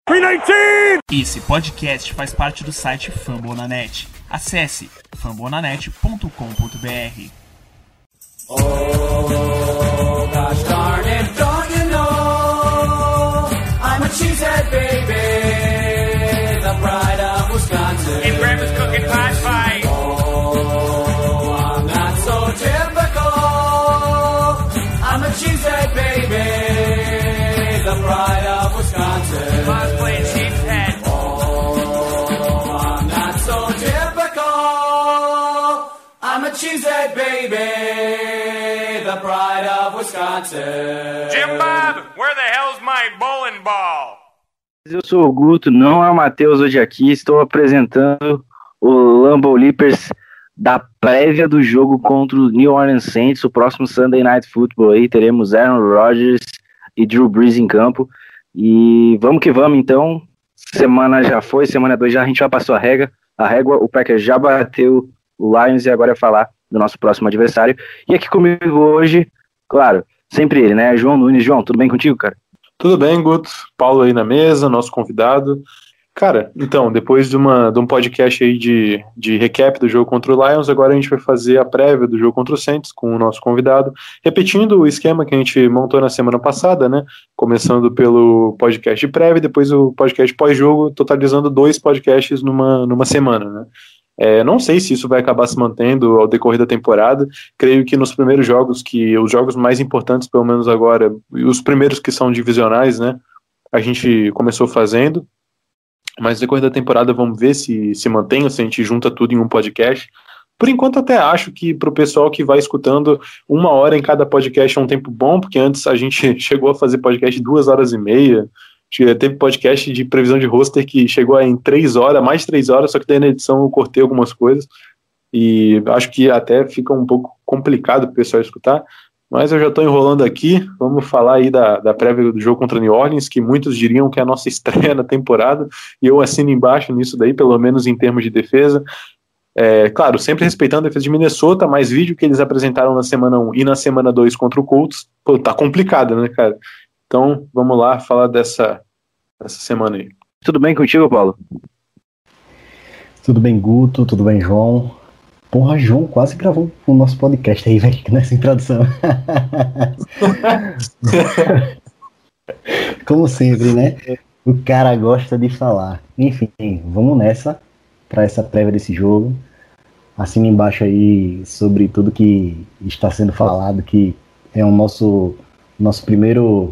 319! Esse podcast faz parte do site Fambonanet. Acesse fambonanet.com.br. Oh, gosh darn it, don't you know? I'm a cheesehead baby, the pride of Wisconsin. And Grandma's cooking pot pie. Oh, I'm not so typical. I'm a cheesehead baby, the pride of Wisconsin. Mom's playing cheesehead. Oh, I'm not so typical. I'm a cheesehead baby, the pride of Wisconsin. Jim Bob, where the hell's my bowling ball? Eu sou o Guto, não é o Matheus hoje aqui. Estou apresentando o Lambeau Leapers da prévia do jogo contra o New Orleans Saints, o próximo Sunday Night Football. Aí teremos Aaron Rodgers e Drew Brees em campo. E vamos que vamos então. Semana já foi, semana 2 já a gente já passou a régua. O Packers já bateu o Lions e agora é falar do nosso próximo adversário. E aqui comigo hoje, claro, sempre ele, né? João Nunes. João, tudo bem contigo, cara? Tudo bem, Guto? Paulo aí na mesa, nosso convidado. Cara, então, depois de um podcast aí de recap do jogo contra o Lions, agora a gente vai fazer a prévia do jogo contra o Saints com o nosso convidado, repetindo o esquema que a gente montou na semana passada, né? Começando pelo podcast de prévia e depois o podcast pós-jogo, totalizando 2 podcasts numa semana, né? Não sei se isso vai acabar se mantendo ao decorrer da temporada. Creio que nos primeiros jogos, que os jogos mais importantes, pelo menos agora, e os primeiros que são divisionais, né, a gente começou fazendo, mas no decorrer da temporada vamos ver se mantém ou se a gente junta tudo em um podcast. Por enquanto até acho que para o pessoal que vai escutando 1 hora em cada podcast é um tempo bom, porque antes a gente chegou a fazer podcast de 2 horas e meia. Teve podcast de previsão de roster que chegou em 3 horas, mais de 3 horas, só que daí na edição eu cortei algumas coisas e acho que até fica um pouco complicado para o pessoal escutar, mas eu já estou enrolando aqui. Vamos falar aí da prévia do jogo contra New Orleans, que muitos diriam que é a nossa estreia na temporada, e eu assino embaixo nisso daí, pelo menos em termos de defesa. Claro, sempre respeitando a defesa de Minnesota, mas vídeo que eles apresentaram na semana 1 e na semana 2 contra o Colts, tá complicado, né, cara? Então, vamos lá falar dessa semana aí. Tudo bem contigo, Paulo? Tudo bem, Guto? Tudo bem, João? Porra, João quase gravou o nosso podcast aí, velho, nessa introdução. Como sempre, né? O cara gosta de falar. Enfim, vamos nessa, para essa prévia desse jogo. Assina embaixo aí sobre tudo que está sendo falado, que é o nosso primeiro...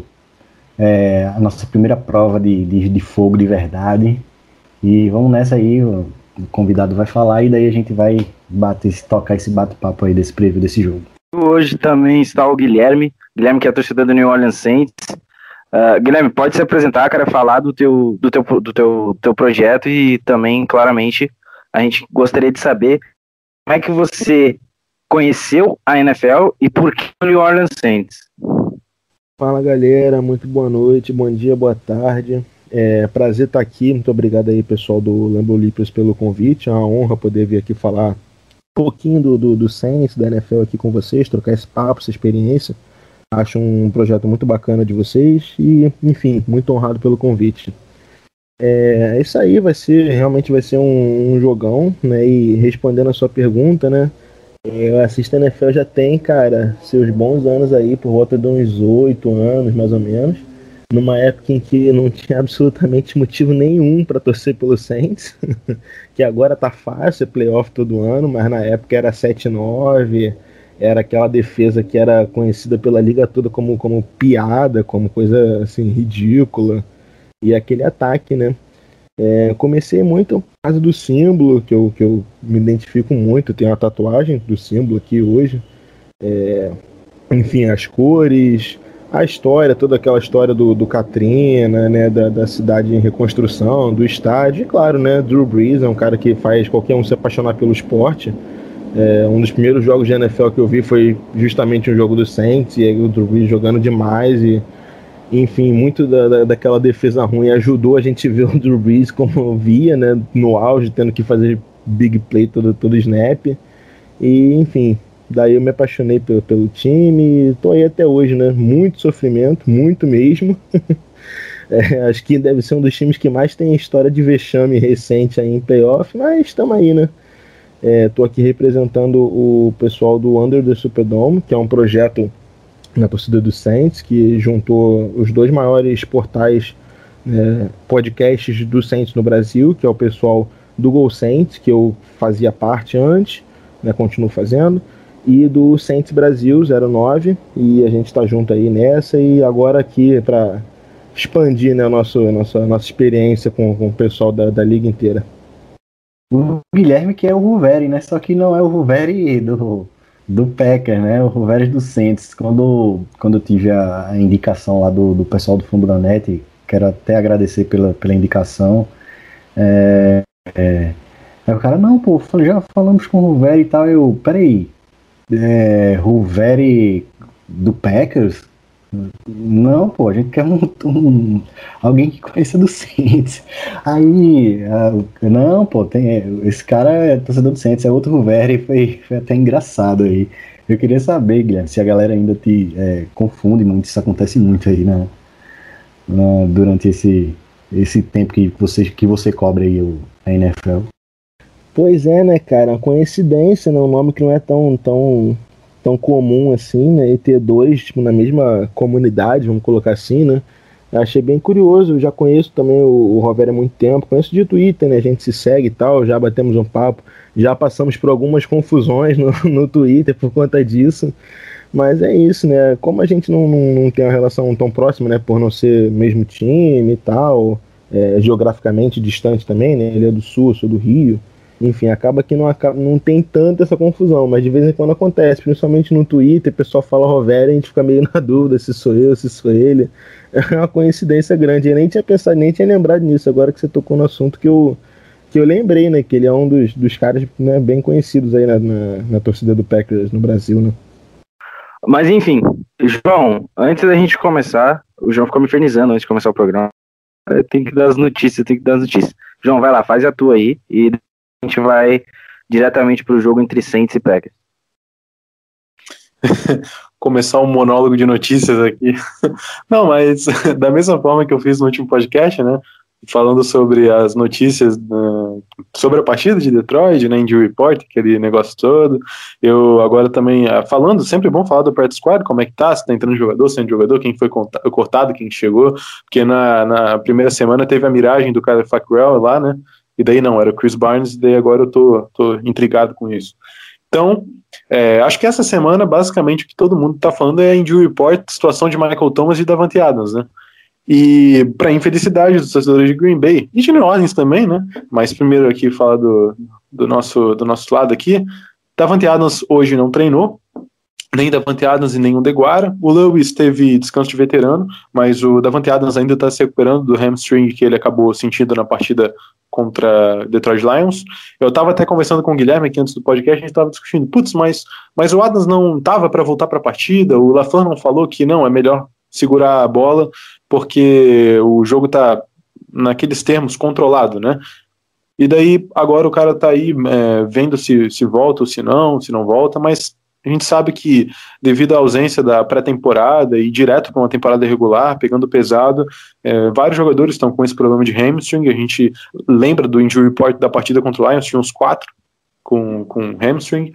a nossa primeira prova de fogo de verdade. E vamos nessa aí, o convidado vai falar e daí a gente vai tocar esse bate-papo aí desse preview desse jogo. Hoje também está o Guilherme que é torcedor do New Orleans Saints. Guilherme, pode se apresentar, cara, falar do teu projeto e também, claramente, a gente gostaria de saber como é que você conheceu a NFL e por que o New Orleans Saints. Fala, galera, muito boa noite, bom dia, boa tarde. Prazer estar aqui, muito obrigado aí, pessoal do Lambeau Leapers, pelo convite. É uma honra poder vir aqui falar um pouquinho do Saints, da NFL aqui com vocês, trocar esse papo, essa experiência. Acho um projeto muito bacana de vocês e, enfim, muito honrado pelo convite. Isso aí realmente vai ser um jogão, né? E respondendo a sua pergunta, né? Eu assisto a NFL já tem, cara, seus bons anos aí, por volta de uns 8 anos, mais ou menos. Numa época em que não tinha absolutamente motivo nenhum para torcer pelo Saints, que agora tá fácil, é playoff todo ano, mas na época era 7-9, era aquela defesa que era conhecida pela liga toda como piada, como coisa assim ridícula, e aquele ataque, né? Comecei muito por causa do símbolo, que eu me identifico muito, tenho uma tatuagem do símbolo aqui hoje, enfim, as cores, a história, toda aquela história do Katrina, né, da cidade em reconstrução, do estádio, e claro, né, Drew Brees é um cara que faz qualquer um se apaixonar pelo esporte. Um dos primeiros jogos de NFL que eu vi foi justamente um jogo do Saints, e aí o Drew Brees jogando demais, e enfim, muito daquela defesa ruim ajudou a gente ver o Drew Brees como eu via, né, no auge, tendo que fazer big play todo snap, e enfim, daí eu me apaixonei pelo time e tô aí até hoje, né, muito sofrimento, muito mesmo, Acho que deve ser um dos times que mais tem história de vexame recente aí em playoff, mas estamos aí, né? Estou aqui representando o pessoal do Under the Superdome, que é um projeto na torcida do Saints, que juntou os dois maiores portais, podcasts do Saints no Brasil, que é o pessoal do Go Saints, que eu fazia parte antes, né, continuo fazendo, e do Saints Brasil 09, e a gente está junto aí nessa, e agora aqui para expandir, né, nossa experiência com o pessoal da liga inteira. O Guilherme que é o Ruveri, né? Só que não é o Ruveri do Packers, né? O Ruveri do Saints. Quando eu tive a indicação lá do pessoal do Fumble da Net, quero até agradecer pela indicação. Aí o cara, não, pô, já falamos com o Ruveri e tal. Peraí, Ruveri do Packers? Não, pô, a gente quer alguém que conheça do Saints. Aí, não, pô, esse cara é torcedor do Saints, é outro Ruveri, foi até engraçado aí. Eu queria saber, Guilherme, se a galera ainda te confunde muito, isso acontece muito aí, né? Durante esse tempo que você cobre aí a NFL. Pois é, né, cara, uma coincidência, né, um nome que não é tão comum assim, né, e ter dois, tipo, na mesma comunidade, vamos colocar assim, né, eu achei bem curioso. Eu já conheço também o Ruveri há muito tempo, conheço de Twitter, né, a gente se segue e tal, já batemos um papo, já passamos por algumas confusões no Twitter por conta disso, mas é isso, né, como a gente não tem uma relação tão próxima, né, por não ser mesmo time e tal, geograficamente distante também, né, ele é do Sul, eu sou do Rio. Enfim, acaba que não tem tanta essa confusão, mas de vez em quando acontece, principalmente no Twitter, o pessoal fala Ruveri, a gente fica meio na dúvida se sou eu, se sou ele. É uma coincidência grande, eu nem tinha pensado, nem tinha lembrado nisso, agora que você tocou no assunto que eu lembrei, né, que ele é um dos caras, né, bem conhecidos aí na torcida do Packers no Brasil, né. Mas enfim, João, antes da gente começar, o João ficou me infernizando antes de começar o programa. Tem que dar as notícias. João, vai lá, faz a tua aí e a gente vai diretamente pro jogo entre Saints e Packers. Começar um monólogo de notícias aqui. Não, mas da mesma forma que eu fiz no último podcast, né, falando sobre as notícias sobre a partida de Detroit, né, Injury Report, aquele negócio todo. Eu agora também, falando, sempre bom falar do Practice Squad, como é que tá, se tá entrando jogador, saindo jogador, quem foi cortado, quem chegou, porque na primeira semana teve a miragem do Kyler Fackrell lá, né, e daí não, era o Chris Barnes, e daí agora eu tô intrigado com isso. Então, acho que essa semana, basicamente, o que todo mundo tá falando é Injury Report, situação de Michael Thomas e Davante Adams, né? E, para infelicidade dos torcedores de Green Bay, e de New Orleans também, né? Mas primeiro aqui falar do nosso lado aqui, Davante Adams hoje não treinou, nem Davante Adams e nem o Deguara. O Lewis teve descanso de veterano, mas o Davante Adams ainda está se recuperando do hamstring que ele acabou sentindo na partida contra Detroit Lions. Eu estava até conversando com o Guilherme aqui antes do podcast, a gente estava discutindo, mas o Adams não estava para voltar para a partida, o LaFleur não falou que não, é melhor segurar a bola, porque o jogo está, naqueles termos, controlado, né? E daí, agora o cara está aí vendo se volta ou se não volta, mas a gente sabe que, devido à ausência da pré-temporada e direto para uma temporada regular, pegando pesado, vários jogadores estão com esse problema de hamstring. A gente lembra do injury report da partida contra o Lions, tinha uns 4 com hamstring.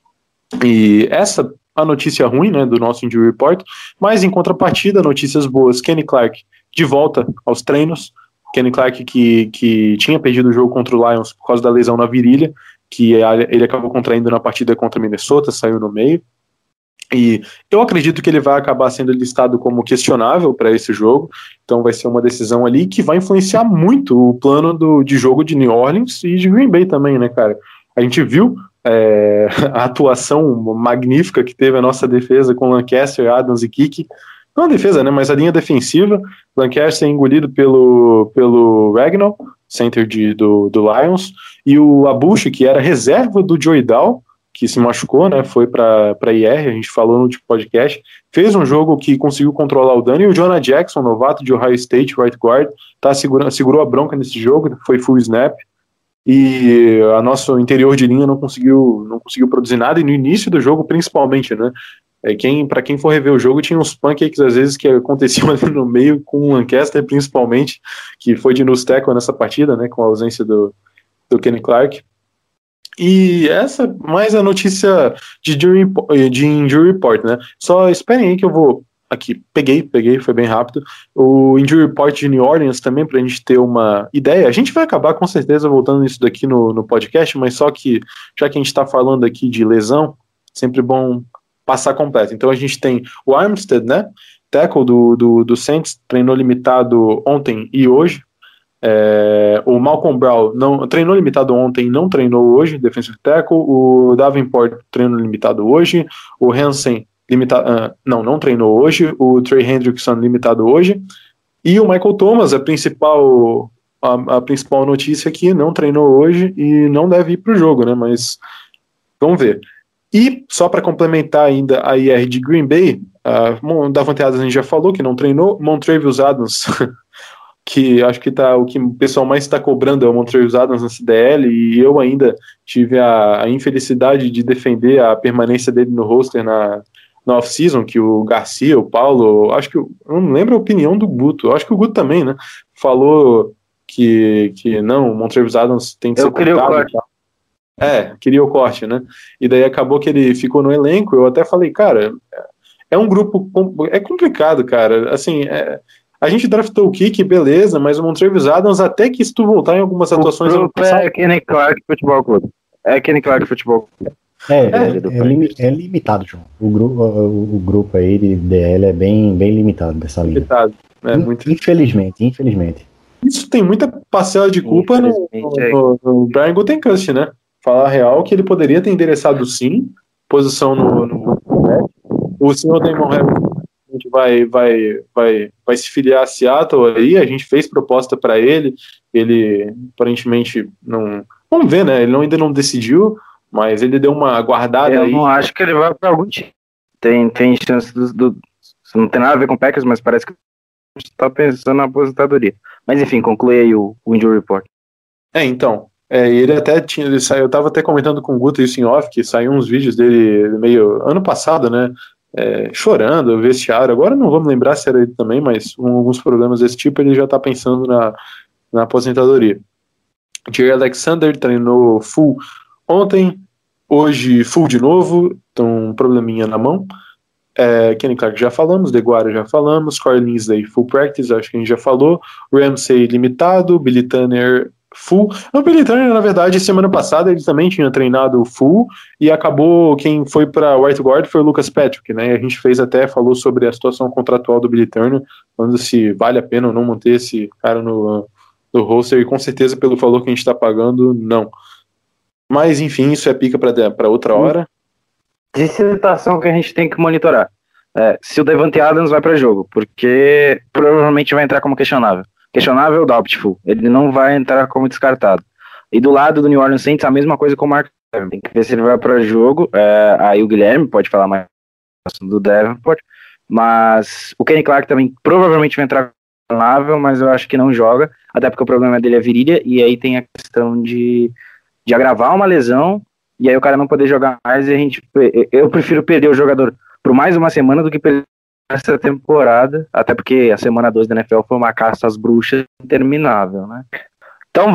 E essa a notícia ruim, né, do nosso injury report, mas em contrapartida, notícias boas. Kenny Clark de volta aos treinos. Kenny Clark que tinha perdido o jogo contra o Lions por causa da lesão na virilha, que ele acabou contraindo na partida contra Minnesota, saiu no meio, e eu acredito que ele vai acabar sendo listado como questionável para esse jogo, então vai ser uma decisão ali que vai influenciar muito o plano de jogo de New Orleans e de Green Bay também, né, cara? A gente viu a atuação magnífica que teve a nossa defesa com Lancaster, Adams e Kiki, não a defesa, né, mas a linha defensiva. Lancaster engolido pelo Ragnall, center do Lions, e o Abushi, que era reserva do Joey Dow, que se machucou, né, foi para IR, a gente falou no último podcast, fez um jogo que conseguiu controlar o dano, e o Jonah Jackson, novato de Ohio State, right guard, segurou a bronca nesse jogo, foi full snap, e a nosso interior de linha não conseguiu produzir nada, e no início do jogo, principalmente, né, Para quem for rever o jogo, tinha uns pancakes às vezes que aconteciam ali no meio com o Lancaster, principalmente, que foi de nose tackle nessa partida, né, com a ausência do Kenny Clark. E essa, mais a notícia de injury report, né? Só esperem aí que eu vou aqui, peguei, foi bem rápido. O injury report de New Orleans também, pra gente ter uma ideia. A gente vai acabar com certeza voltando nisso daqui no podcast, mas só que, já que a gente tá falando aqui de lesão, sempre bom passar completo. Então a gente tem o Armstead, né? Tackle do Saints, treinou limitado ontem e hoje. O Malcolm Brown treinou limitado ontem, não treinou hoje, defensive tackle. O Davenport treinou limitado hoje. O Hansen não treinou hoje. O Trey Hendrickson limitado hoje. E o Michael Thomas, a principal notícia aqui, não treinou hoje e não deve ir para o jogo, né? Mas vamos ver. E só para complementar ainda a IR de Green Bay, Davante Adams a gente já falou que não treinou. Montravius Adams que acho que o que o pessoal mais está cobrando é o Montravius Adams na CDL, e eu ainda tive a infelicidade de defender a permanência dele no roster na off-season, que o Garcia, o Paulo, acho que eu não lembro a opinião do Guto, acho que o Guto também, né, falou que não, o Montravius Adams tem que ser cortado. Queria o corte, né, e daí acabou que ele ficou no elenco. Eu até falei, cara, é um grupo, é complicado, cara, assim, a gente draftou o Kiki, beleza, mas o Montravius Adams, até que se tu voltar em algumas atuações... O grupo é Kenny Clark Futebol Clube. É Kenny Clark Futebol Clube. É limitado, João. O grupo aí de DL é bem limitado dessa linha. Limitado, muito... Infelizmente. Isso tem muita parcela de culpa no Brian Gutekunst, né? Falar a real que ele poderia ter endereçado sim, posição no o senhor Damon Harris vai se filiar a Seattle aí, a gente fez proposta para ele aparentemente não, vamos ver, né, ele ainda não decidiu, mas ele deu uma guardada aí. Eu não acho que ele vai para algum time, tem chance não tem nada a ver com o Packers, mas parece que está pensando na aposentadoria, mas enfim, conclui aí o injury report. Então, ele até eu tava até comentando com o Guto isso em off, que saiu uns vídeos dele meio ano passado, né, chorando, vestiário. Agora não vamos lembrar se era ele também, mas com alguns problemas desse tipo ele já está pensando na aposentadoria. Jerry Alexander treinou full ontem, hoje full de novo, então um probleminha na mão. Kenny Clark já falamos, DeGuara já falamos, Corey Linsley full practice, acho que a gente já falou, Ramsey limitado, Billy Turner full. O Billy Turner, na verdade, semana passada ele também tinha treinado full e acabou, quem foi para right guard foi o Lucas Patrick, né? A gente falou sobre a situação contratual do Billy Turner, falando se vale a pena ou não manter esse cara no roster, e com certeza pelo valor que a gente está pagando, não. Mas enfim, isso é pica para outra hora. De situação que a gente tem que monitorar. Se o Davante Adams vai para jogo, porque provavelmente vai entrar como questionável. Questionável doubtful, ele não vai entrar como descartado. E do lado do New Orleans Saints, a mesma coisa com o Mark Davenport. Tem que ver se ele vai para jogo. Aí o Guilherme pode falar mais do Davenport, mas o Kenny Clark também provavelmente vai entrar questionável, mas eu acho que não joga, até porque o problema dele é a virilha, e aí tem a questão de agravar uma lesão, e aí o cara não poder jogar mais, e eu prefiro perder o jogador por mais uma semana do que perder essa temporada, até porque a semana 2 da NFL foi uma caça às bruxas interminável, né? Então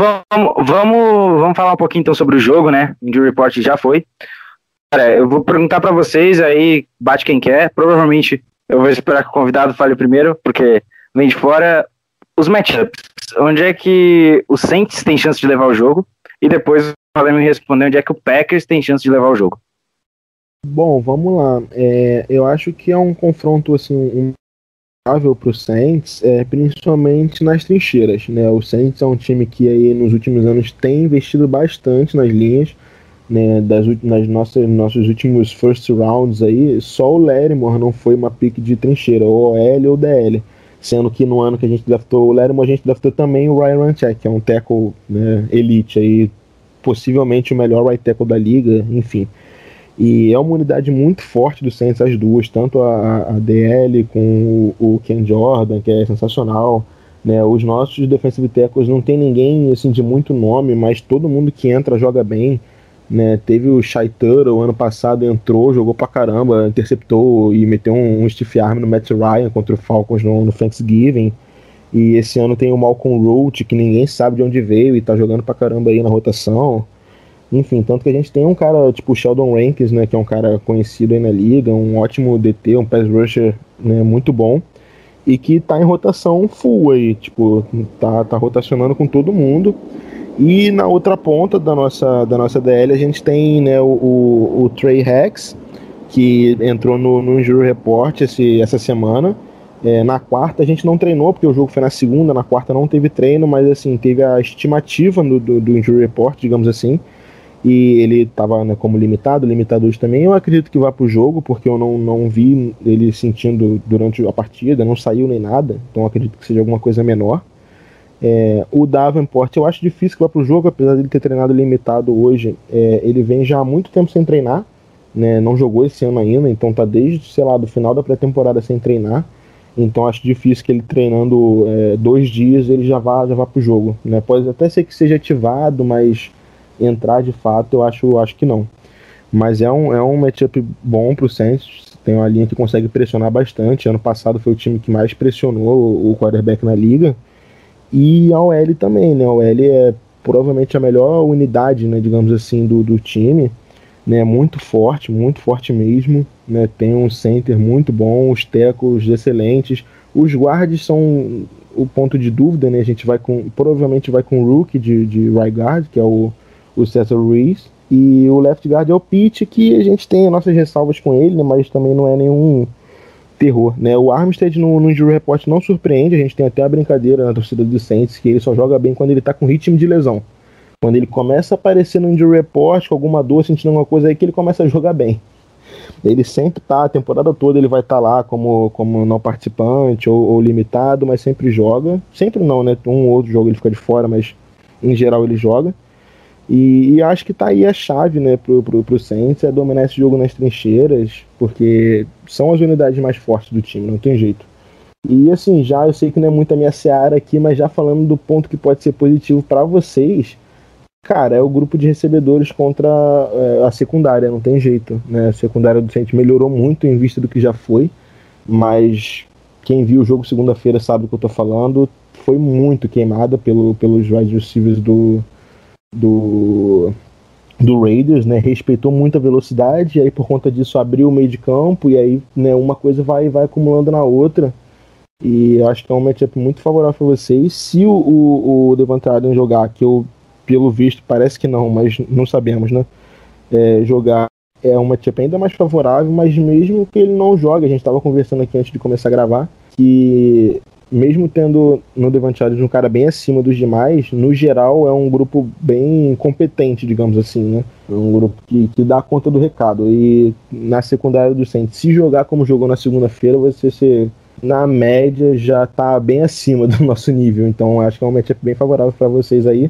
vamos falar um pouquinho então sobre o jogo, né? O Injury Report já foi. Cara, eu vou perguntar para vocês, aí bate quem quer, provavelmente eu vou esperar que o convidado fale primeiro, porque vem de fora os matchups. Onde é que o Saints tem chance de levar o jogo? E depois podem me responder onde é que o Packers tem chance de levar o jogo. Bom, vamos lá. Eu acho que é um confronto assim, favorável para o Saints, principalmente nas trincheiras, né? O Saints é um time que aí nos últimos anos tem investido bastante nas linhas, né? Nossos últimos first rounds aí, só o Lattimore não foi uma pick de trincheira, ou OL ou DL, sendo que no ano que a gente draftou o Lattimore, a gente draftou também o Ryan Runchak, que é um tackle, né, elite aí, possivelmente o melhor right tackle da liga, enfim. E é uma unidade muito forte do Saints, as duas, tanto a DL com o Ken Jordan, que é sensacional, né? Os nossos defensive tackles não tem ninguém assim de muito nome, mas todo mundo que entra joga bem, né? Teve o Shai Tuttle ano passado, entrou, jogou pra caramba, interceptou e meteu um stiff arm no Matt Ryan contra o Falcons no Thanksgiving. E esse ano tem o Malcolm Roach, que ninguém sabe de onde veio e tá jogando pra caramba aí na rotação. Enfim, tanto que a gente tem um cara tipo o Sheldon Rankins, né, que é um cara conhecido aí na liga, um ótimo DT, um pass rusher, né, muito bom, e que tá em rotação full aí, tipo, tá rotacionando com todo mundo. E na outra ponta da nossa DL a gente tem, né, o Trey Hacks, que entrou no Injury Report essa semana. Na quarta a gente não treinou, porque o jogo foi na segunda, na quarta não teve treino, mas assim, teve a estimativa do Injury Report, digamos assim, e ele estava, né, como limitado hoje também. Eu acredito que vá para o jogo, porque eu não vi ele sentindo durante a partida, não saiu nem nada, então acredito que seja alguma coisa menor. O Davenport, eu acho difícil que vá para o jogo, apesar de ele ter treinado limitado hoje. Ele vem já há muito tempo sem treinar, né, não jogou esse ano ainda, então tá desde, sei lá, do final da pré-temporada sem treinar. Então acho difícil que ele treinando 2 dias ele já vá pro jogo, né? Pode até ser que seja ativado, mas entrar de fato eu acho que não. Mas é um matchup bom pro Saints. Tem uma linha que consegue pressionar bastante. Ano passado foi o time que mais pressionou o quarterback na liga. E a OL também, né? A OL é provavelmente a melhor unidade, né, digamos assim, do time, né? Muito forte mesmo, né? Tem um center muito bom, os tackles excelentes, os guards são o ponto de dúvida, né? A gente provavelmente vai com o rookie de right guard, que é o Cesar Ruiz, e o left guard é o Pitt, que a gente tem nossas ressalvas com ele, né? Mas também não é nenhum terror, né? O Armstead no Injury Report não surpreende, a gente tem até a brincadeira na torcida do Saints que ele só joga bem quando ele tá com ritmo de lesão. Quando ele começa a aparecer no Injury Report com alguma dor, sentindo alguma coisa aí, que ele começa a jogar bem. Ele sempre tá, a temporada toda ele vai estar lá como não participante ou limitado, mas sempre joga. Sempre não, né? Um ou outro jogo ele fica de fora, mas em geral ele joga. E acho que tá aí a chave, né, pro Saints, é dominar esse jogo nas trincheiras, porque são as unidades mais fortes do time, não tem jeito. E assim, já eu sei que não é muito a minha seara aqui, mas já falando do ponto que pode ser positivo para vocês, cara, é o grupo de recebedores contra a secundária, não tem jeito, né? A secundária do Saints melhorou muito em vista do que já foi, mas quem viu o jogo segunda-feira sabe o que eu tô falando, foi muito queimada pelos wide receivers do Raiders, né? Respeitou muito a velocidade, e aí por conta disso abriu o meio de campo, e aí, né, uma coisa vai acumulando na outra, e eu acho que é um matchup muito favorável para vocês. Se o Davante Adams jogar, que eu, pelo visto, parece que não, mas não sabemos, né? Jogar é um matchup ainda mais favorável, mas mesmo que ele não jogue, a gente estava conversando aqui antes de começar a gravar, que mesmo tendo no Davante Adams um cara bem acima dos demais, no geral é um grupo bem competente, digamos assim, né? É um grupo que dá conta do recado. E na secundária do Saints, se jogar como jogou na segunda-feira, você na média já tá bem acima do nosso nível. Então acho que é um matchup bem favorável para vocês aí.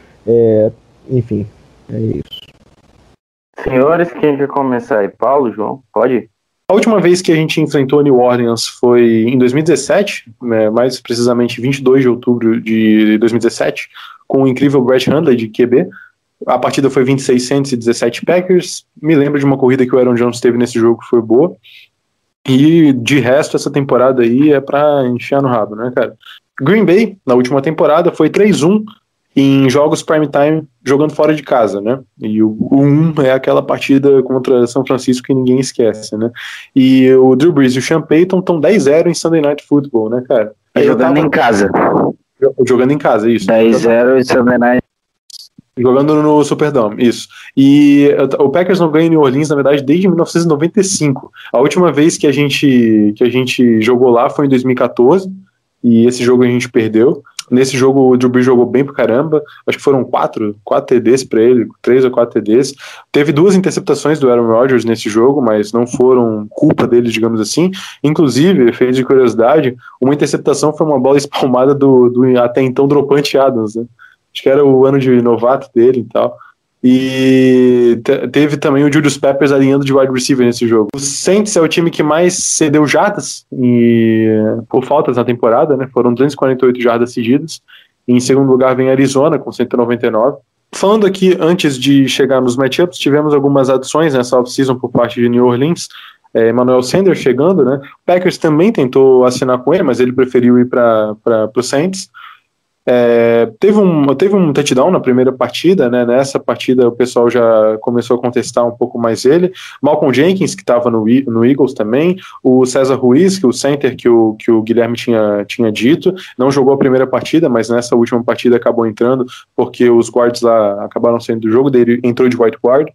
Enfim, é isso. Senhores, quem quer começar aí? Paulo, João? Pode ir. A última vez que a gente enfrentou New Orleans foi em 2017, mais precisamente 22 de outubro de 2017, com o incrível Brett Hundley de QB. A partida foi 26-117 Packers. Me lembro de uma corrida que o Aaron Jones teve nesse jogo que foi boa. E de resto, essa temporada aí é pra enfiar no rabo, né, cara? Green Bay, na última temporada, foi 3-1 em jogos prime time, jogando fora de casa, né? E o 1 é aquela partida contra São Francisco que ninguém esquece, né? E o Drew Brees e o Sean Payton estão 10-0 em Sunday Night Football, né, cara? Jogando em casa. Jogando em casa, isso. 10-0 em Sunday Night. Jogando no Superdome, isso. E o Packers não ganha em New Orleans, na verdade, desde 1995. A última vez que a gente jogou lá foi em 2014, e esse jogo a gente perdeu. Nesse jogo o Drew Brees jogou bem pra caramba, acho que foram 4 TDs pra ele, 3 ou 4 TDs. Teve 2 interceptações do Aaron Rodgers nesse jogo, mas não foram culpa dele, digamos assim. Inclusive, efeito de curiosidade, uma interceptação foi uma bola espalmada do até então dropante Adams, né? Acho que era o ano de novato dele e tal. E teve também o Julius Peppers alinhando de wide receiver nesse jogo. O Saints é o time que mais cedeu jardas por faltas na temporada, né? Foram 248 jardas cedidas. Em segundo lugar vem Arizona com 199. falando aqui, antes de chegar nos matchups, tivemos algumas adições nessa off-season por parte de New Orleans. Emmanuel Sanders chegando, né? O Packers também tentou assinar com ele, mas ele preferiu ir para o Saints. Teve um touchdown na primeira partida, né? Nessa partida o pessoal já começou a contestar um pouco mais ele. Malcolm Jenkins, que estava no Eagles também. O César Ruiz, que o center que o Guilherme tinha dito, não jogou a primeira partida, mas nessa última partida acabou entrando, porque os guards lá acabaram saindo do jogo, dele entrou de white guard.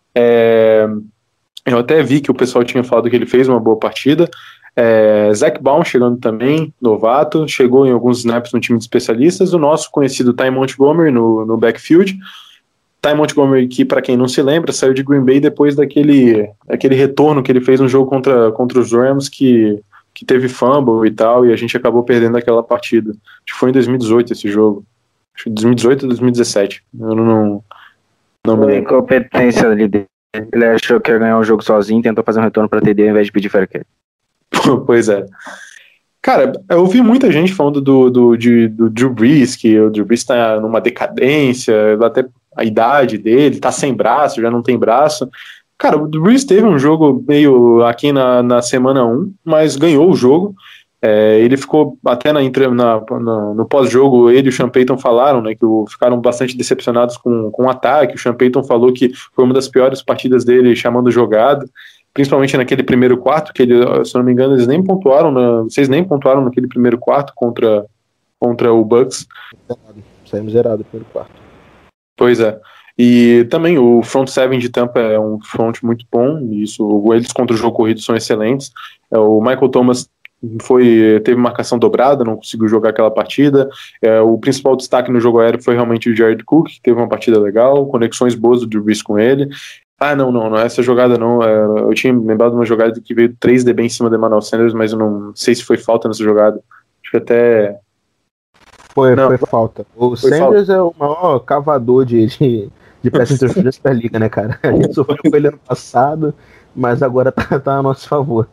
Eu até vi que o pessoal tinha falado que ele fez uma boa partida. Zach Baum chegando também, novato, chegou em alguns snaps no time de especialistas. O nosso conhecido Ty Montgomery no backfield. Ty Montgomery, que para quem não se lembra, saiu de Green Bay depois daquele retorno que ele fez no jogo contra os Rams, que teve fumble e tal, e a gente acabou perdendo aquela partida. Acho que foi em 2018 esse jogo. Acho que 2018 ou 2017. Eu não me Foi lembro. incompetência ali dele. Ele achou que ia ganhar o jogo sozinho, tentou fazer um retorno para TD ao invés de pedir fair catch. Pois é. Cara, eu ouvi muita gente falando do Drew Brees, que o Drew Brees tá numa decadência, até a idade dele, tá sem braço, já não tem braço. Cara, o Drew Brees teve um jogo meio aqui na semana 1, mas ganhou o jogo. Ele ficou até no pós-jogo, ele e o Sean Payton falaram, né, que ficaram bastante decepcionados com o ataque. O Sean Payton falou que foi uma das piores partidas dele chamando jogada, principalmente naquele primeiro quarto, que ele, se eu não me engano, vocês nem pontuaram naquele primeiro quarto contra o Bucks. Saímos zerado no primeiro quarto. Pois é. E também o front seven de Tampa é um front muito bom, eles contra o jogo corrido são excelentes. O Michael Thomas teve marcação dobrada, não conseguiu jogar aquela partida. O principal destaque no jogo aéreo foi realmente o Jared Cook, que teve uma partida legal, conexões boas do Drew Brees com ele. Não, essa jogada não. Eu tinha lembrado de uma jogada que veio 3 DB em cima do Emmanuel Sanders, mas eu não sei se foi falta nessa jogada. Acho que até. Foi falta. O Foi Sanders é o maior cavador de pass interference da liga, né, cara? A gente sofreu com ele ano passado, mas agora tá a nosso favor.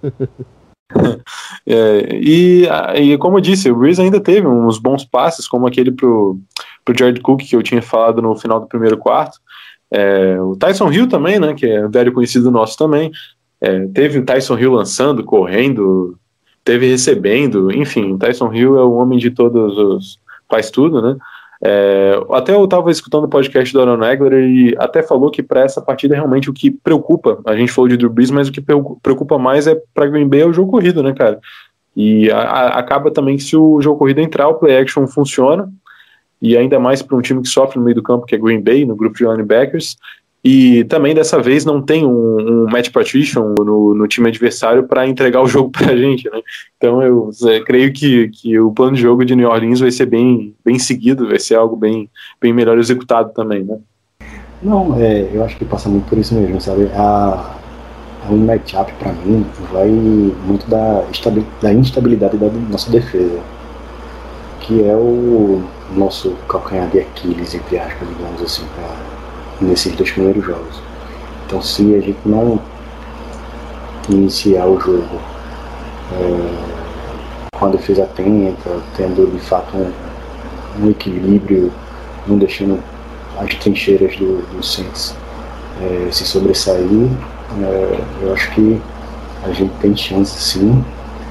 E como eu disse, o Brees ainda teve uns bons passes, como aquele pro Jared Cook que eu tinha falado no final do primeiro quarto. O Tyson Hill também, né, que é velho conhecido nosso também. Teve o Tyson Hill lançando, correndo, teve recebendo, enfim, o Tyson Hill é o homem de faz tudo, né? Até eu estava escutando o podcast do Aaron Egler e até falou que para essa partida realmente o que preocupa, a gente falou de Drew Brees, mas o que preocupa mais para Green Bay é o jogo corrido, né, cara? E acaba também que se o jogo corrido entrar, o play action funciona, e ainda mais para um time que sofre no meio do campo, que é Green Bay, no grupo de linebackers, e também dessa vez não tem um Matt Patricia no time adversário para entregar o jogo para a gente, né? Então eu creio que o plano de jogo de New Orleans vai ser bem seguido, vai ser algo bem melhor executado também, né? Não, eu acho que passa muito por isso mesmo, sabe? O matchup para mim vai muito da instabilidade da nossa defesa, que é o nosso calcanhar de Aquiles, entre aspas, digamos assim, nesses 2 primeiros jogos. Então, se a gente não iniciar o jogo com a defesa atenta, tendo de fato um equilíbrio, não deixando as trincheiras do Saints se sobressair, eu acho que a gente tem chance sim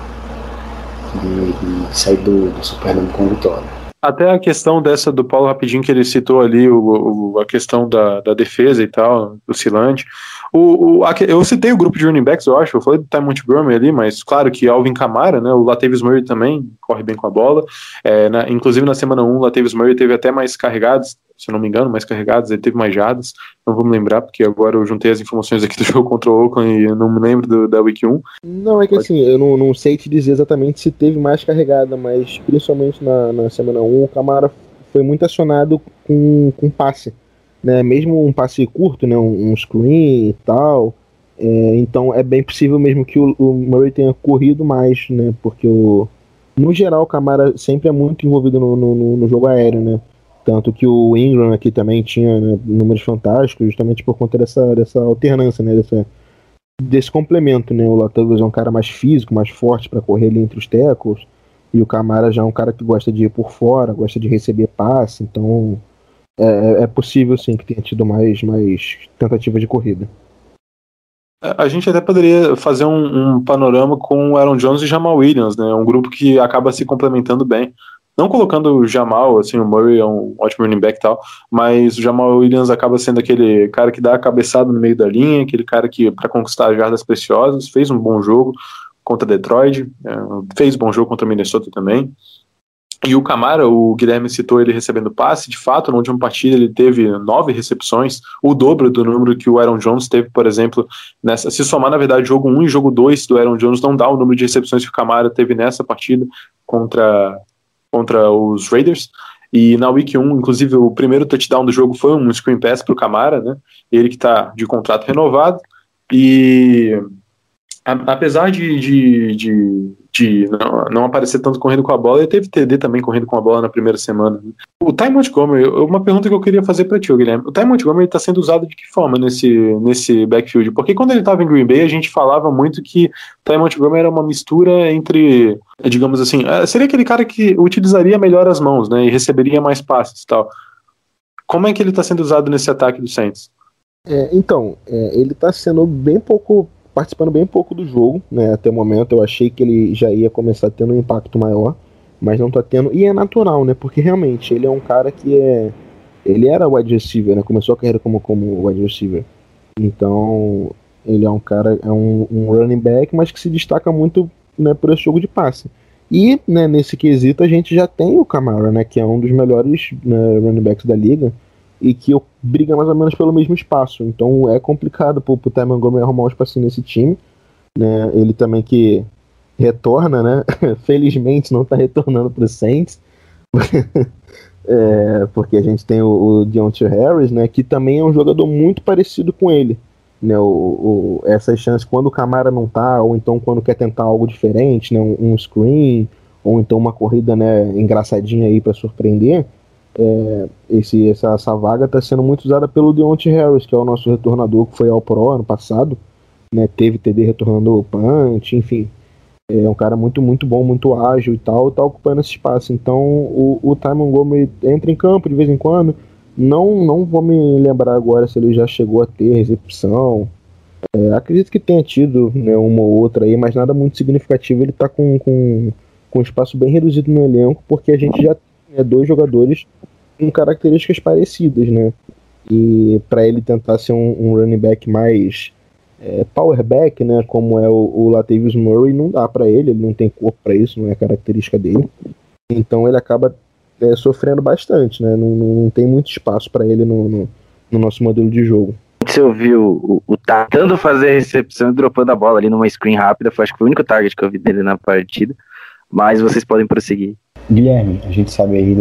de sair do Superdome com vitória. Até a questão dessa do Paulo rapidinho, que ele citou ali, a questão da defesa e tal, oscilante. Eu citei o grupo de running backs, eu acho, eu falei do Ty Montgomery ali, mas claro que Alvin Kamara, né, o Latavius Murray também corre bem com a bola. Inclusive na semana 1, o Latavius Murray teve até mais carregados, se eu não me engano, ele teve mais jardas, não vou me lembrar, porque agora eu juntei as informações aqui do jogo contra o Oakland e eu não me lembro da Week 1. Não, é que assim, eu não sei te dizer exatamente se teve mais carregada, mas principalmente na semana 1, o Kamara foi muito acionado com passe, né? Mesmo um passe curto, né? Um screen e tal, então é bem possível mesmo que o Murray tenha corrido mais, né? Porque no geral o Kamara sempre é muito envolvido no jogo aéreo, né? Tanto que o Ingram aqui também tinha, né, números fantásticos, justamente por conta dessa alternância, né, desse complemento, né? O Latavius é um cara mais físico, mais forte para correr ali entre os tackles, e o Kamara já é um cara que gosta de ir por fora, gosta de receber passe, então é possível sim que tenha tido mais tentativa de corrida. A gente até poderia fazer um panorama com o Aaron Jones e Jamal Williams, né? Um grupo que acaba se complementando bem. Não colocando o Jamal, assim, o Murray é um ótimo running back e tal, mas o Jamal Williams acaba sendo aquele cara que dá a cabeçada no meio da linha, aquele cara que, para conquistar jardas preciosas, fez um bom jogo contra Detroit, fez um bom jogo contra Minnesota também. E o Kamara, o Guilherme citou ele recebendo passe, de fato, na última partida ele teve 9 recepções, o dobro do número que o Aaron Jones teve, por exemplo, se somar, na verdade, jogo 1 e jogo 2 do Aaron Jones não dá o número de recepções que o Kamara teve nessa partida contra os Raiders. E na Week 1, inclusive, o primeiro touchdown do jogo foi um screen pass para o Kamara, né? Ele que está de contrato renovado. E apesar de não aparecer tanto correndo com a bola, ele teve TD também correndo com a bola na primeira semana. O Ty Montgomery, uma pergunta que eu queria fazer para ti, Guilherme. O Ty Montgomery está sendo usado de que forma nesse backfield? Porque quando ele estava em Green Bay, a gente falava muito que o Ty Montgomery era uma mistura entre, digamos assim, seria aquele cara que utilizaria melhor as mãos, né, e receberia mais passes e tal. Como é que ele está sendo usado nesse ataque do Saints? Ele está sendo participando bem pouco do jogo, né? Até o momento eu achei que ele já ia começar tendo um impacto maior, mas não tá tendo, e é natural, né? Porque realmente ele é um cara que ele era wide receiver, né? Começou a carreira como wide receiver, então ele é um cara, é um running back, mas que se destaca muito, né, por esse jogo de passe. E, né, nesse quesito a gente já tem o Kamara, né, que é um dos melhores, né, running backs da liga, e que briga mais ou menos pelo mesmo espaço. Então é complicado pro Ty Montgomery arrumar um espacinho nesse time, né? Ele também que retorna, né? Felizmente não tá retornando pro Saints, porque a gente tem o Deontay Harris, né? Que também é um jogador muito parecido com ele, né? Essas chances quando o Kamara não tá, ou então quando quer tentar algo diferente, né? Um screen, ou então uma corrida, né, engraçadinha aí para surpreender. Essa vaga está sendo muito usada pelo Deontay Harris, que é o nosso retornador que foi ao Pro ano passado, né, teve TD retornando o punch, enfim, é um cara muito, muito bom, muito ágil e tal, está ocupando esse espaço. Então o Ty Montgomery entra em campo de vez em quando, não vou me lembrar agora se ele já chegou a ter recepção, acredito que tenha tido, né, uma ou outra aí, mas nada muito significativo. Ele está com um espaço bem reduzido no elenco, porque a gente já tem 2 jogadores com características parecidas, né? E para ele tentar ser um running back mais power back, né? Como é o Latavius Murray, não dá para ele não tem corpo para isso, não é característica dele. Então ele acaba sofrendo bastante, né? Não tem muito espaço para ele no nosso modelo de jogo. Você ouviu o tentando fazer a recepção e dropando a bola ali numa screen rápida, acho que foi o único target que eu vi dele na partida, mas vocês podem prosseguir. Guilherme, a gente sabe aí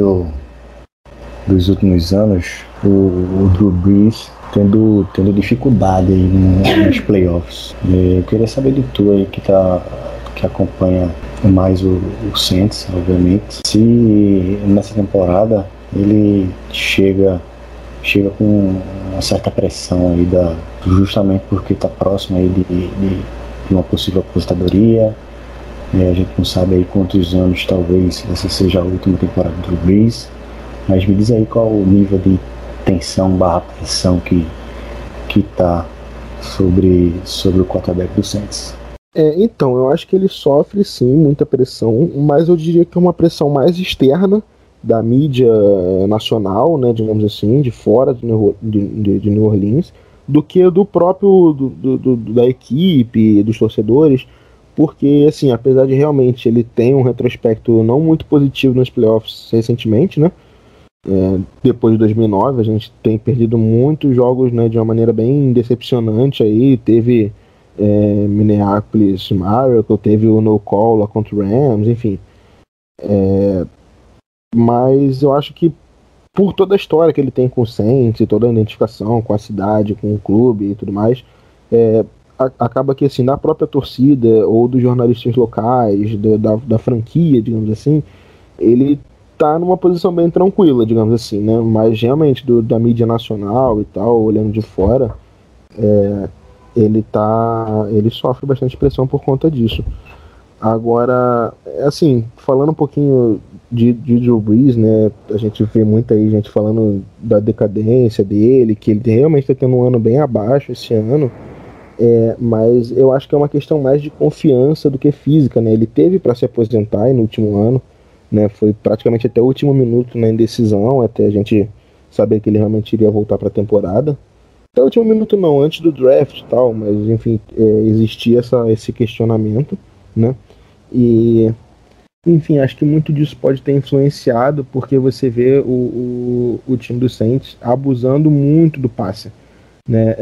dos últimos anos o Drew Brees tendo dificuldade aí nos playoffs. Eu queria saber de tu aí que acompanha mais o Saints, obviamente, se nessa temporada ele chega com uma certa pressão aí justamente porque está próximo aí de uma possível aposentadoria. A gente não sabe aí quantos anos talvez essa seja a última temporada do Brees, mas me diz aí qual o nível de tensão / pressão que tá sobre o quarterback do Saints. Então, eu acho que ele sofre sim muita pressão, mas eu diria que é uma pressão mais externa da mídia nacional, né, digamos assim, de fora de New Orleans, do que do próprio da equipe, dos torcedores. Porque, assim, apesar de realmente ele ter um retrospecto não muito positivo nos playoffs recentemente, né? Depois de 2009, a gente tem perdido muitos jogos, né, de uma maneira bem decepcionante aí. Teve Minneapolis Miracle, teve o No Call lá contra o Rams, enfim. Mas eu acho que por toda a história que ele tem com o Saints, toda a identificação com a cidade, com o clube e tudo mais, acaba que, assim, da própria torcida ou dos jornalistas locais, da franquia, digamos assim, ele tá numa posição bem tranquila, digamos assim, né? Mas realmente da mídia nacional e tal, olhando de fora, ele sofre bastante pressão por conta disso. Agora, assim, falando um pouquinho de Drew Brees, né? A gente vê muita aí gente falando da decadência dele, que ele realmente está tendo um ano bem abaixo esse ano. Mas eu acho que é uma questão mais de confiança do que física, né? Ele teve para se aposentar aí no último ano, né? Foi praticamente até o último minuto na indecisão, até a gente saber que ele realmente iria voltar para a temporada. Até o último minuto não, antes do draft e tal, mas enfim, existia esse questionamento, né? E enfim, acho que muito disso pode ter influenciado, porque você vê o time do Saints abusando muito do passe, né?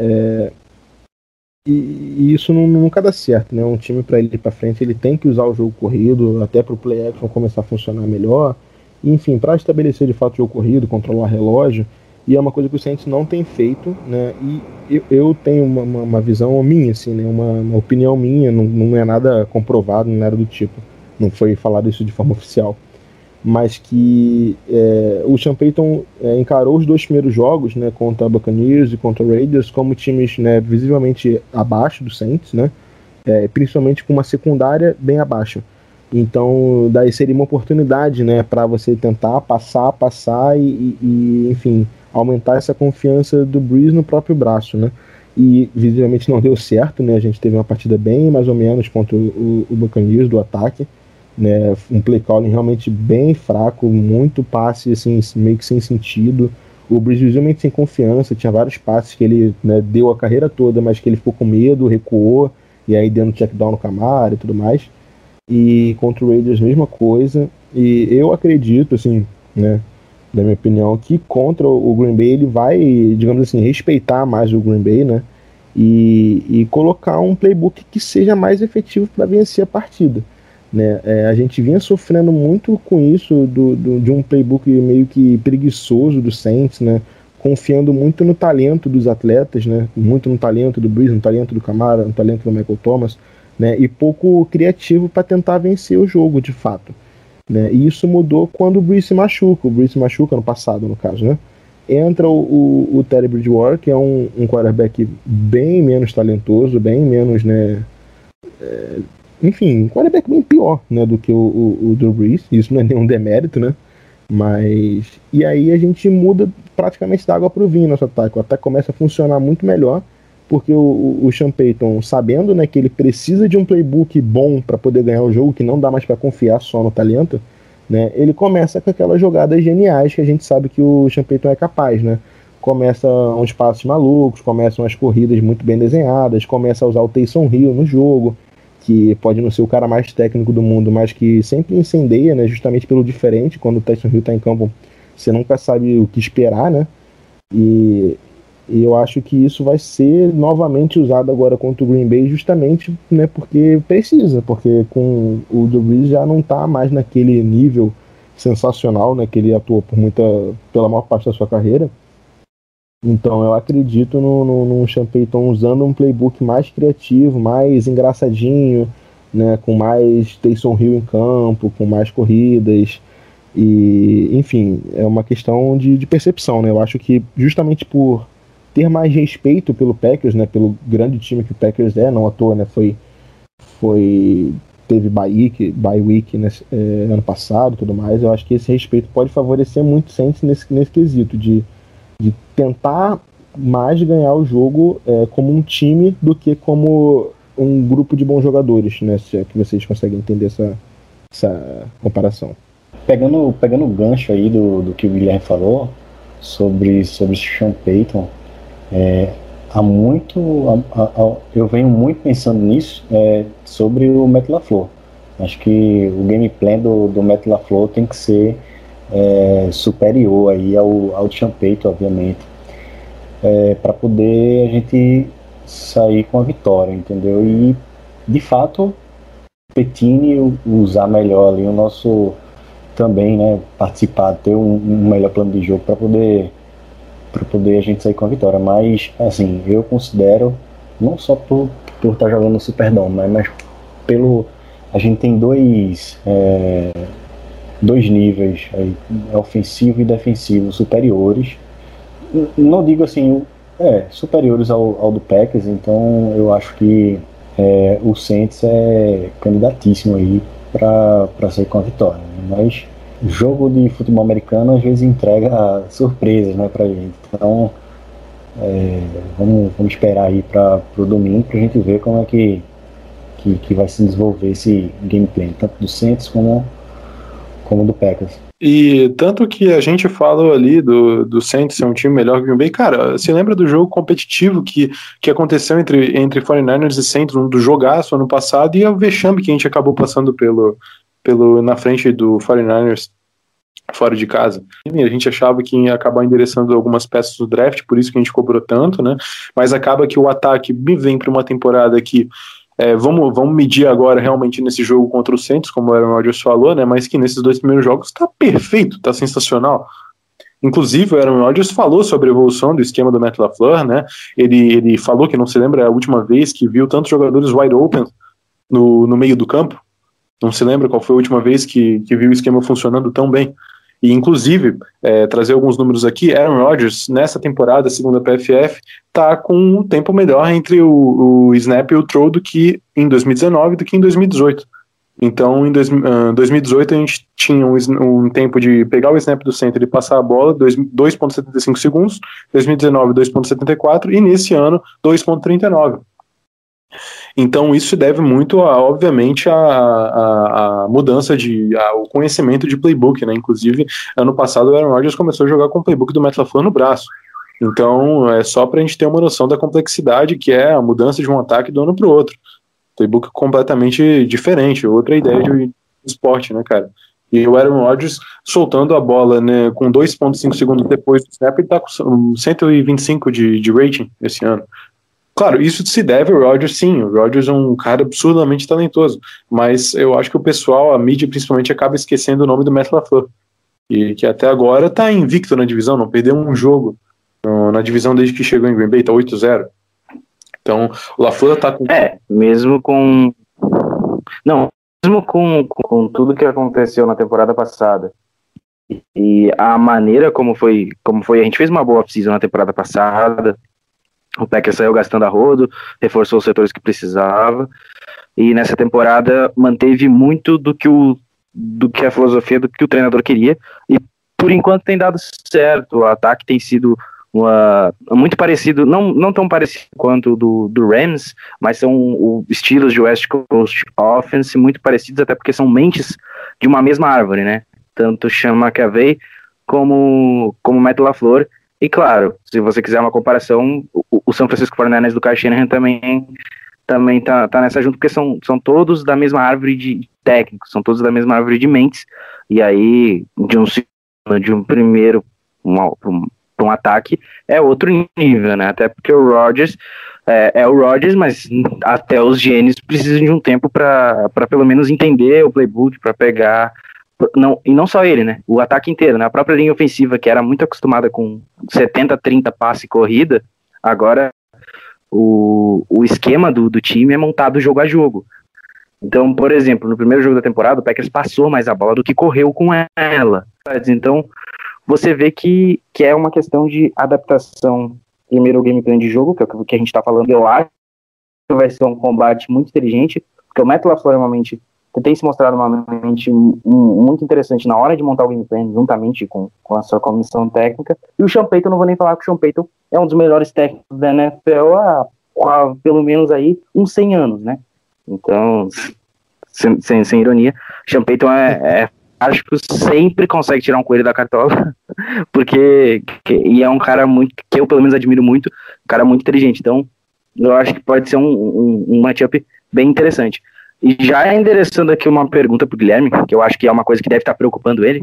E isso nunca dá certo, né? Um time, para ele ir para frente, ele tem que usar o jogo corrido, até para o play action começar a funcionar melhor. E, enfim, para estabelecer de fato o jogo corrido, controlar relógio, e é uma coisa que o Saints não tem feito, né? E eu tenho uma visão minha, assim, né? Uma opinião minha, não é nada comprovado, não é nada do tipo. Não foi falado isso de forma oficial. Mas que o Sean Payton encarou os 2 primeiros jogos, né, contra a Buccaneers e contra o Raiders, como times, né, visivelmente abaixo do Saints, né, principalmente com uma secundária bem abaixo. Então, daí seria uma oportunidade, né, para você tentar passar e, enfim, aumentar essa confiança do Brees no próprio braço, né. E visivelmente não deu certo, né, a gente teve uma partida bem mais ou menos contra o Buccaneers do ataque, né, um play calling realmente bem fraco, muito passe assim, meio que sem sentido. O Brees visivelmente sem confiança, tinha vários passes que ele, né, deu a carreira toda, mas que ele ficou com medo, recuou, e aí dando check down no Camara e tudo mais. E contra o Raiders, mesma coisa. E eu acredito, assim, né, na minha opinião, que contra o Green Bay ele vai, digamos assim, respeitar mais o Green Bay, né, e colocar um playbook que seja mais efetivo para vencer a partida. Né? A gente vinha sofrendo muito com isso de um playbook meio que preguiçoso do Saints, né? Confiando muito no talento dos atletas, né? Muito no talento do Brees, no talento do Camara, no talento do Michael Thomas, né? E pouco criativo para tentar vencer o jogo de fato, né? E isso mudou quando o Brees se machuca. O Brees se machuca no passado, no caso, né? Entra o Teddy Bridgewater, que é um quarterback bem menos talentoso, bem menos, né? Enfim, um quarterback bem pior, né, do que o Drew Brees. Isso não é nenhum demérito, né? Mas... E aí a gente muda praticamente da água pro vinho nosso ataque. O ataque começa a funcionar muito melhor, porque o Sean Payton, sabendo, né, que ele precisa de um playbook bom para poder ganhar o jogo, que não dá mais para confiar só no talento, né, ele começa com aquelas jogadas geniais que a gente sabe que o Sean Payton é capaz, né? Começa uns passos malucos, começam as corridas muito bem desenhadas, começa a usar o Taysom Hill no jogo, que pode não ser o cara mais técnico do mundo, mas que sempre incendeia, né, justamente pelo diferente. Quando o Taysom Hill tá em campo, você nunca sabe o que esperar, né? E eu acho que isso vai ser novamente usado agora contra o Green Bay, justamente, né, porque precisa, porque com o Drew Brees já não tá mais naquele nível sensacional, né, que ele atuou pela maior parte da sua carreira. Então eu acredito no Sean Payton usando um playbook mais criativo, mais engraçadinho, né, com mais Taysom Hill em campo, com mais corridas. E, enfim, é uma questão de percepção, né? Eu acho que justamente por ter mais respeito pelo Packers, né, pelo grande time que o Packers é, não à toa, né, teve bye week né, ano passado e tudo mais. Eu acho que esse respeito pode favorecer muito o Saints nesse quesito de tentar mais ganhar o jogo como um time do que como um grupo de bons jogadores, né? Se é que vocês conseguem entender essa comparação. Pegando o gancho aí do que o Guilherme falou sobre Sean Payton, eu venho muito pensando nisso sobre o Matt LaFleur. Acho que o game plan do Matt LaFleur tem que ser superior aí ao Sean Payton, obviamente, para poder a gente sair com a vitória, entendeu? E de fato Pettine usar melhor ali o nosso também, né, participar, ter um melhor plano de jogo para poder a gente sair com a vitória. Mas assim, eu considero, não só por estar jogando no Superdome, mas a gente tem dois níveis aí, ofensivo e defensivo superiores. Não digo assim, superiores ao do Packers. Então eu acho que o Saints é candidatíssimo aí para sair com a vitória, né? Mas jogo de futebol americano às vezes entrega surpresas, né, pra gente. Então, vamos esperar aí para o domingo pra gente ver como é que vai se desenvolver esse gameplay, tanto do Saints como do Packers. E tanto que a gente falou ali do Saints ser um time melhor que o Green Bay, cara, se lembra do jogo competitivo que aconteceu entre 49ers e Saints, do jogaço ano passado, e o vexame que a gente acabou passando na frente do 49ers fora de casa. E a gente achava que ia acabar endereçando algumas peças do draft, por isso que a gente cobrou tanto, né? Mas acaba que o ataque me vem para uma temporada que vamos medir agora realmente nesse jogo contra o Saints, como o Aaron Rodgers falou, né? Mas que nesses 2 primeiros jogos tá perfeito, tá sensacional. Inclusive, o Aaron Rodgers falou sobre a evolução do esquema do Matt LaFleur, né? Ele falou que não se lembra a última vez que viu tantos jogadores wide open no meio do campo. Não se lembra qual foi a última vez que viu o esquema funcionando tão bem. E, inclusive, trazer alguns números aqui, Aaron Rodgers, nessa temporada, segundo a PFF, tá com um tempo melhor entre o snap e o throw do que em 2019 do que em 2018. Então, em 2018, a gente tinha um tempo de pegar o snap do center e passar a bola, 2,75 segundos, 2019, 2,74, e nesse ano, 2,39. Então isso se deve muito, obviamente, à mudança ao conhecimento de playbook, né? Inclusive, ano passado o Aaron Rodgers começou a jogar com o playbook do Matt LaFleur no braço. Então, é só pra gente ter uma noção da complexidade que é a mudança de um ataque do ano pro outro. Playbook completamente diferente, outra ideia de esporte, né, cara? E o Aaron Rodgers soltando a bola, né, com 2,5 segundos depois do snap, ele tá com 125 de rating esse ano. Claro, isso se deve ao Rodgers, sim. O Rodgers é um cara absurdamente talentoso, mas eu acho que o pessoal, a mídia principalmente, acaba esquecendo o nome do Matt LaFleur, e que até agora está invicto na divisão, não perdeu um jogo na divisão desde que chegou em Green Bay, está 8-0. Então, o LaFleur está com... mesmo com tudo que aconteceu na temporada passada, e a maneira como foi, a gente fez uma boa off-season na temporada passada. O Packers saiu gastando a rodo, reforçou os setores que precisava, e nessa temporada manteve muito do que a filosofia, do que o treinador queria, e por enquanto tem dado certo. O ataque tem sido muito parecido, não tão parecido quanto do Rams, mas são estilos de West Coast Offense muito parecidos, até porque são mentes de uma mesma árvore, né? Tanto Sean McVay como Matt LaFleur. E claro, se você quiser uma comparação, o São Francisco 49ers do Kyle Shanahan também tá nessa junto, porque são todos da mesma árvore de técnicos, são todos da mesma árvore de mentes, e aí de um primeiro para um ataque é outro nível, né? Até porque o Rodgers é o Rodgers, mas até os gênios precisam de um tempo para pelo menos entender o playbook, para pegar... E não só ele, né? O ataque inteiro, né? A própria linha ofensiva, que era muito acostumada com 70-30 passe e corrida, agora o esquema do time é montado jogo a jogo. Então, por exemplo, no primeiro jogo da temporada, o Packers passou mais a bola do que correu com ela. Então, você vê que é uma questão de adaptação, primeiro, ao game plan de jogo, que é o que a gente está falando. Eu acho que vai ser um combate muito inteligente, porque o Matt LaFleur normalmente tem se mostrado uma mente muito interessante na hora de montar o game plan, juntamente com a sua comissão técnica. E o Sean Payton, não vou nem falar que o Sean Payton é um dos melhores técnicos da NFL há pelo menos aí uns 100 anos, né? Então, sem ironia, o Sean Payton acho que sempre consegue tirar um coelho da cartola, e é um cara muito, que eu pelo menos admiro muito, um cara muito inteligente. Então, eu acho que pode ser um matchup bem interessante. E já endereçando aqui uma pergunta pro Guilherme, que eu acho que é uma coisa que deve estar preocupando ele,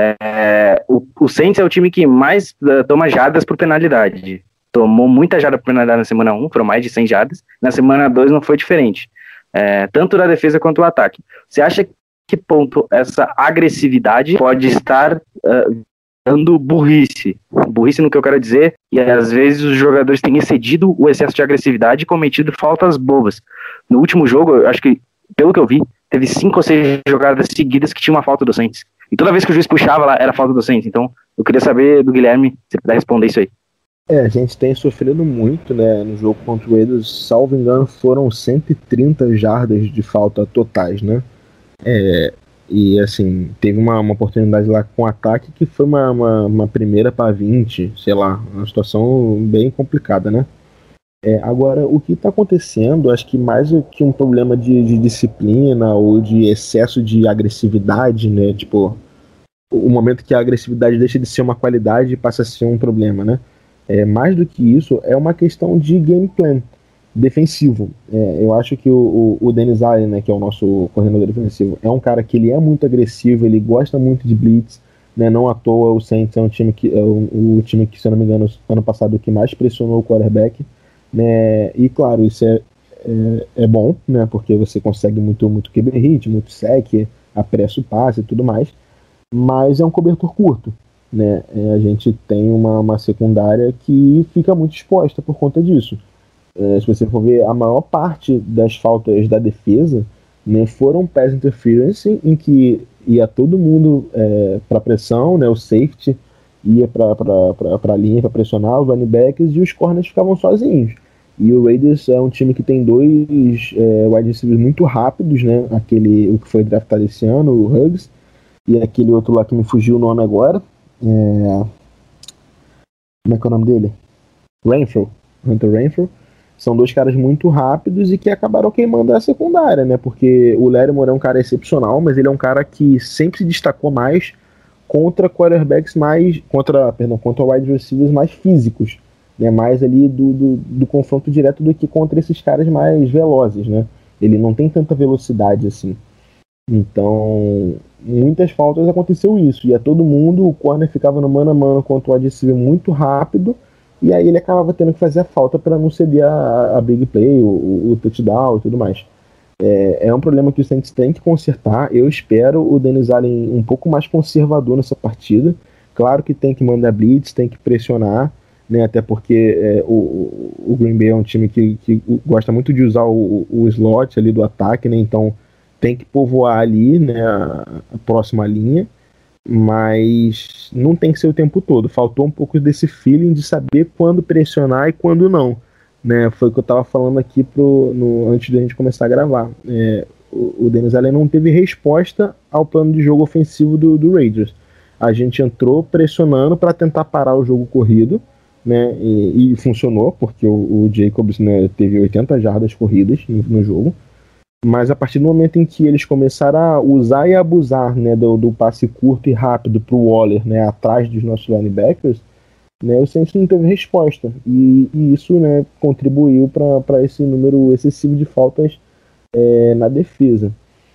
o Saints é o time que mais toma jardas por penalidade. Tomou muita jarda por penalidade na semana 1, foram mais de 100 jardas. Na semana 2 não foi diferente. Tanto da defesa quanto do ataque. Você acha que ponto essa agressividade pode estar dando burrice? Burrice no que eu quero dizer, e às vezes os jogadores têm excedido o excesso de agressividade e cometido faltas bobas. No último jogo, eu acho que, pelo que eu vi, teve 5 ou 6 jogadas seguidas que tinha uma falta do Saints. E toda vez que o juiz puxava lá, era falta do Saints. Então, eu queria saber do Guilherme, se ele puder responder isso aí. A gente tem sofrido muito, né, no jogo contra o Raiders. Salvo engano, foram 130 jardas de falta totais, né? E assim, teve uma oportunidade lá com ataque que foi uma primeira para 20, sei lá, uma situação bem complicada, né? Agora, o que está acontecendo, acho que mais do que um problema de disciplina ou de excesso de agressividade, né? Tipo, o momento que a agressividade deixa de ser uma qualidade e passa a ser um problema, né? Mais do que isso, é uma questão de game plan defensivo. Eu acho que o Dennis Allen, né, que é o nosso coordenador defensivo, é um cara que ele é muito agressivo, ele gosta muito de blitz, né? Não à toa o Saints é um time que o time que, se eu não me engano, ano passado que mais pressionou o quarterback, né? E claro, isso é bom, né? Porque você consegue muito QB hit, muito sec, apressa o passe e tudo mais, mas é um cobertor curto, né? A gente tem uma secundária que fica muito exposta por conta disso. Se você for ver, a maior parte das faltas da defesa, né, foram pass interference, em que ia todo mundo para pressão, né? O safety ia para a linha para pressionar os running backs e os corners ficavam sozinhos. E o Raiders é um time que tem dois wide receivers muito rápidos, né? O que foi draftado esse ano, o Huggs, e aquele outro lá que me fugiu o nome agora. Como é que é o nome dele? Hunter Renfrow. São dois caras muito rápidos e que acabaram queimando a secundária, né? Porque o Lattimore é um cara excepcional, mas ele é um cara que sempre se destacou mais contra quarterbacks contra wide receivers mais físicos, né? Mais ali do confronto direto do que contra esses caras mais velozes, né? Ele não tem tanta velocidade assim. Então, muitas faltas aconteceu isso. Ia todo mundo, o corner ficava no mano a mano contra o wide receiver muito rápido, e aí ele acabava tendo que fazer a falta para não ceder a big play, o touchdown e tudo mais. É um problema que o Saints tem que consertar. Eu espero o Dennis Allen um pouco mais conservador nessa partida. Claro que tem que mandar blitz, tem que pressionar, né? Até porque o Green Bay é um time que gosta muito de usar o slot ali do ataque, né? Então tem que povoar ali, né, a próxima linha, mas não tem que ser o tempo todo. Faltou um pouco desse feeling de saber quando pressionar e quando não, né? Foi o que eu estava falando aqui antes de a gente começar a gravar. O Dennis Allen não teve resposta ao plano de jogo ofensivo do Raiders. A gente entrou pressionando para tentar parar o jogo corrido, né? E funcionou, porque o Jacobs, né, teve 80 jardas corridas no jogo. Mas a partir do momento em que eles começaram a usar e abusar, né, do passe curto e rápido para o Waller, né, atrás dos nossos linebackers, né, o Saints não teve resposta. E isso, né, contribuiu para esse número excessivo de faltas na defesa.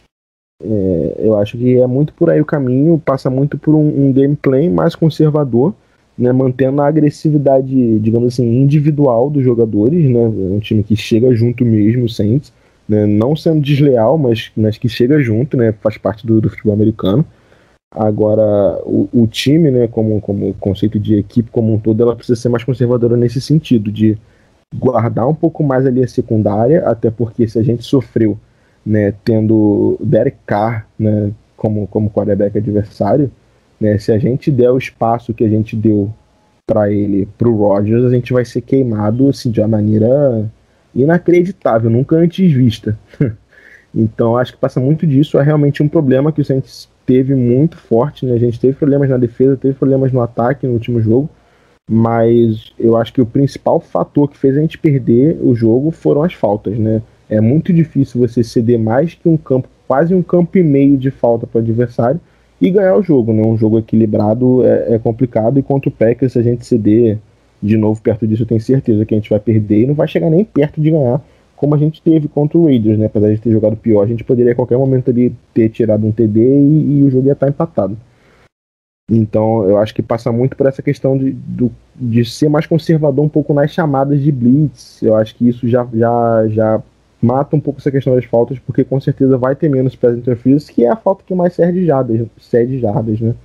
Eu acho que é muito por aí o caminho, passa muito por um gameplay mais conservador, né, mantendo a agressividade, digamos assim, individual dos jogadores, né, um time que chega junto mesmo, o Saints, né, não sendo desleal, mas que chega junto, né, faz parte do futebol americano. Agora, o time, né, como conceito de equipe como um todo, ela precisa ser mais conservadora nesse sentido, de guardar um pouco mais ali a secundária, até porque se a gente sofreu, né, tendo Derek Carr, né, como quarterback adversário, né, se a gente der o espaço que a gente deu para ele, para o Rodgers, a gente vai ser queimado assim, de uma maneira inacreditável, nunca antes vista. Então acho que passa muito disso. É realmente um problema que o Saints teve muito forte, né? A gente teve problemas na defesa, teve problemas no ataque no último jogo, mas eu acho que o principal fator que fez a gente perder o jogo foram as faltas, né? É muito difícil você ceder mais que um campo, quase um campo e meio de falta para o adversário e ganhar o jogo, né? Um jogo equilibrado é complicado, e contra o Packers, se a gente ceder de novo perto disso, eu tenho certeza que a gente vai perder e não vai chegar nem perto de ganhar, como a gente teve contra o Raiders, né? Apesar de ter jogado pior, a gente poderia a qualquer momento ali ter tirado um TD e o jogo ia estar empatado. Então eu acho que passa muito por essa questão de ser mais conservador um pouco nas chamadas de blitz. Eu acho que isso já mata um pouco essa questão das faltas, porque com certeza vai ter menos pass interference, que é a falta que mais cede jardas, né?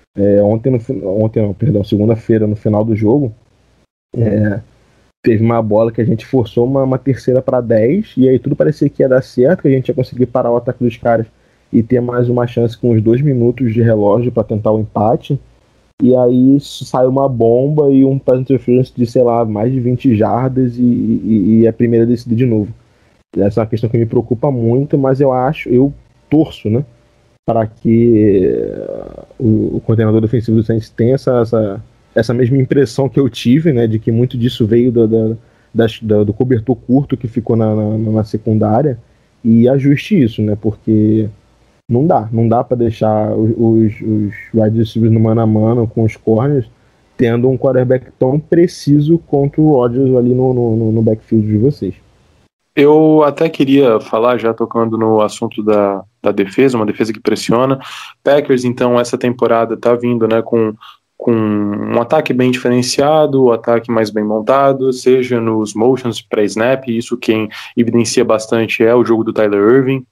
Segunda-feira, no final do jogo, teve uma bola que a gente forçou uma terceira para 10, e aí tudo parecia que ia dar certo, que a gente ia conseguir parar o ataque dos caras e ter mais uma chance com os 2 minutos de relógio para tentar o empate, e aí sai uma bomba e um pass interference de, sei lá, mais de 20 jardas e a primeira decide de novo. Essa é uma questão que me preocupa muito, mas eu torço, né, para que o coordenador defensivo do Saints tenha essa mesma impressão que eu tive, né, de que muito disso veio do cobertor curto que ficou na secundária, e ajuste isso, né, porque não dá para deixar os wide receivers no mano a mano com os corners, tendo um quarterback tão preciso contra o Rodgers ali no backfield de vocês. Eu até queria falar, já tocando no assunto da defesa, uma defesa que pressiona. Packers, então, essa temporada tá vindo, né, com um ataque bem diferenciado, o ataque mais bem montado, seja nos motions pré-snap, isso quem evidencia bastante é o jogo do Tyler Erving.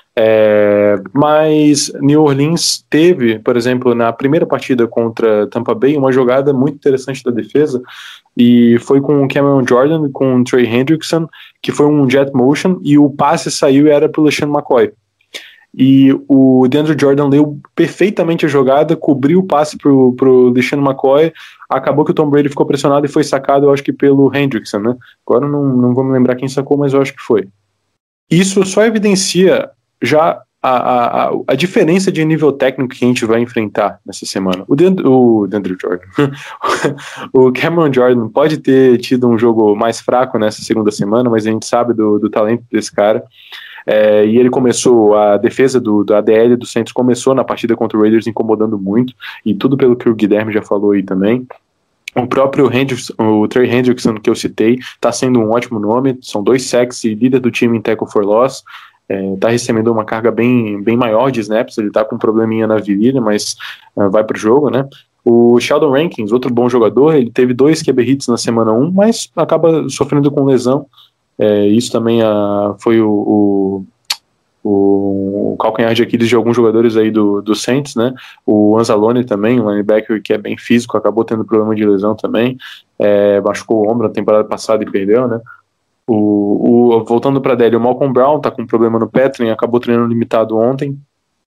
Mas New Orleans teve, por exemplo, na primeira partida contra Tampa Bay, uma jogada muito interessante da defesa, e foi com o Cameron Jordan, com o Trey Hendrickson, que foi um jet motion, e o passe saiu e era para o LeSean McCoy. E o DeAndre Jordan leu perfeitamente a jogada, cobriu o passe pro LeSean McCoy, acabou que o Tom Brady ficou pressionado e foi sacado, eu acho que pelo Hendrickson, né? Agora não vou me lembrar quem sacou, mas eu acho que foi. Isso só evidencia já a diferença de nível técnico que a gente vai enfrentar nessa semana. O DeAndre Jordan, o Cameron Jordan pode ter tido um jogo mais fraco nessa segunda semana, mas a gente sabe do talento desse cara. E ele começou, a defesa da ADL do Saints começou na partida contra o Raiders incomodando muito, e tudo pelo que o Guilherme já falou aí também. O próprio o Trey Hendrickson, que eu citei, está sendo um ótimo nome, são 2 sacks e líder do time em tackle for loss. Está recebendo uma carga bem maior de snaps, ele está com um probleminha na virilha, mas vai para o jogo, né? O Sheldon Rankins, outro bom jogador, ele teve 2 QB hits na semana 1, mas acaba sofrendo com lesão. Isso também foi o calcanhar de Aquiles de alguns jogadores aí do Saints, né? O Anzalone também, um linebacker que é bem físico, acabou tendo problema de lesão também, machucou o ombro na temporada passada e perdeu, né? Voltando para Délio, o Malcolm Brown tá com um problema no pé, acabou treinando limitado ontem.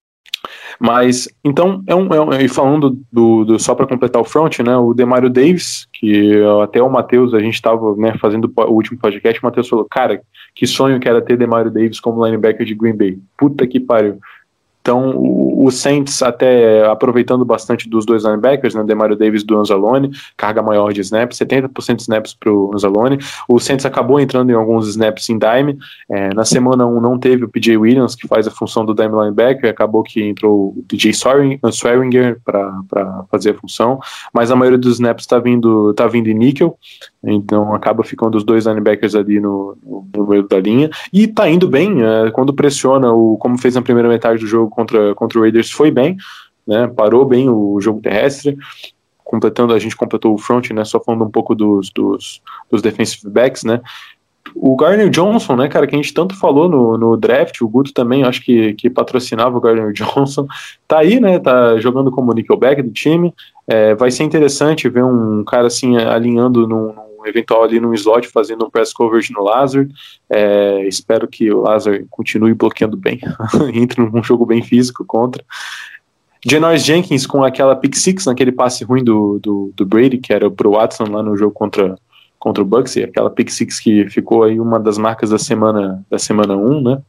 Mas, então, e falando só para completar o front, né, o Demario Davis, que até o Matheus, a gente estava, né, fazendo o último podcast, o Matheus falou, cara, que sonho que era ter Demario Davis como linebacker de Green Bay. Puta que pariu. Então, o Saints até aproveitando bastante dos 2 linebackers, né, Demario Davis do Anzalone, carga maior de snaps, 70% de snaps para o Anzalone. O Saints acabou entrando em alguns snaps em dime. Na semana 1 não teve o PJ Williams, que faz a função do dime linebacker, acabou que entrou o DJ Swearinger para fazer a função, mas a maioria dos snaps tá vindo em níquel, então acaba ficando os 2 linebackers ali no meio da linha, e tá indo bem, quando pressiona, como fez na primeira metade do jogo contra o Raiders, foi bem, né, parou bem o jogo terrestre. A gente completou o front, né, só falando um pouco dos defensive backs, né. O Gardner Johnson, né, cara, que a gente tanto falou no draft, o Guto também, acho que patrocinava o Gardner Johnson, tá aí, né, tá jogando como nickelback do time. Vai ser interessante ver um cara assim alinhando num eventual ali num slot, fazendo um press coverage no Lazard. Espero que o Lazard continue bloqueando bem, entre num jogo bem físico contra. Janoris Jenkins com aquela pick six, naquele passe ruim do Brady, que era pro Watson lá no jogo contra o Bucks, e aquela pick six que ficou aí uma das marcas da semana 1, né?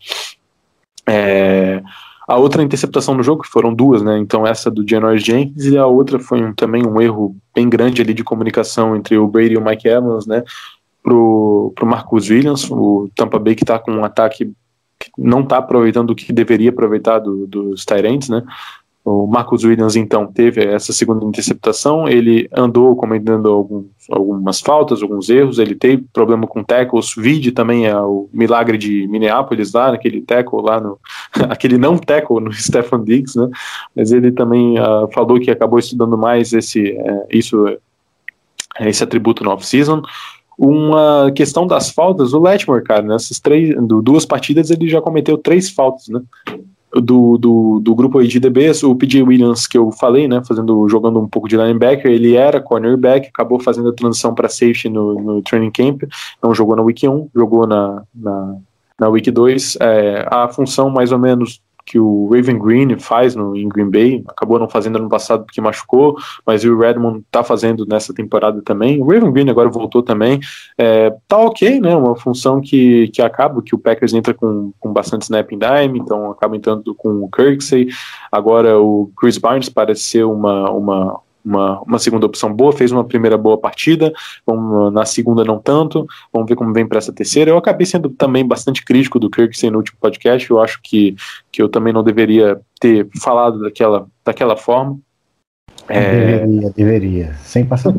A outra interceptação no jogo, que foram 2, né? Então essa do Janoris Jenkins, e a outra foi também um erro bem grande ali de comunicação entre o Brady e o Mike Evans, né? Pro Marcus Williams, o Tampa Bay, que tá com um ataque que não tá aproveitando o que deveria aproveitar dos tight ends, né? O Marcus Williams, então, teve essa segunda interceptação, ele andou cometendo algumas faltas, alguns erros, ele teve problema com tackles, vide também o milagre de Minneapolis lá, naquele tackle lá, aquele não tackle no Stefon Diggs, né, mas ele também falou que acabou estudando mais esse atributo no off-season. Uma questão das faltas, o Latimer, cara, nessas 2 partidas ele já cometeu 3 faltas, né, do grupo aí de DBs. O PJ Williams, que eu falei, né, jogando um pouco de linebacker, ele era cornerback, acabou fazendo a transição para safety no training camp, não jogou na week 1, jogou na week 2, a função mais ou menos o Raven Green faz em Green Bay, acabou não fazendo ano passado porque machucou, mas o Redmond tá fazendo nessa temporada também. O Raven Green agora voltou também, tá ok, né, uma função que acaba, que o Packers entra com bastante snap em dime, então acaba entrando com o Kirksey. Agora o Chris Barnes parece ser uma segunda opção boa, fez uma primeira boa partida, na segunda não tanto, vamos ver como vem para essa terceira. Eu acabei sendo também bastante crítico do Kirksey no último podcast, eu acho que eu também não deveria ter falado daquela forma. Deveria, sem passar.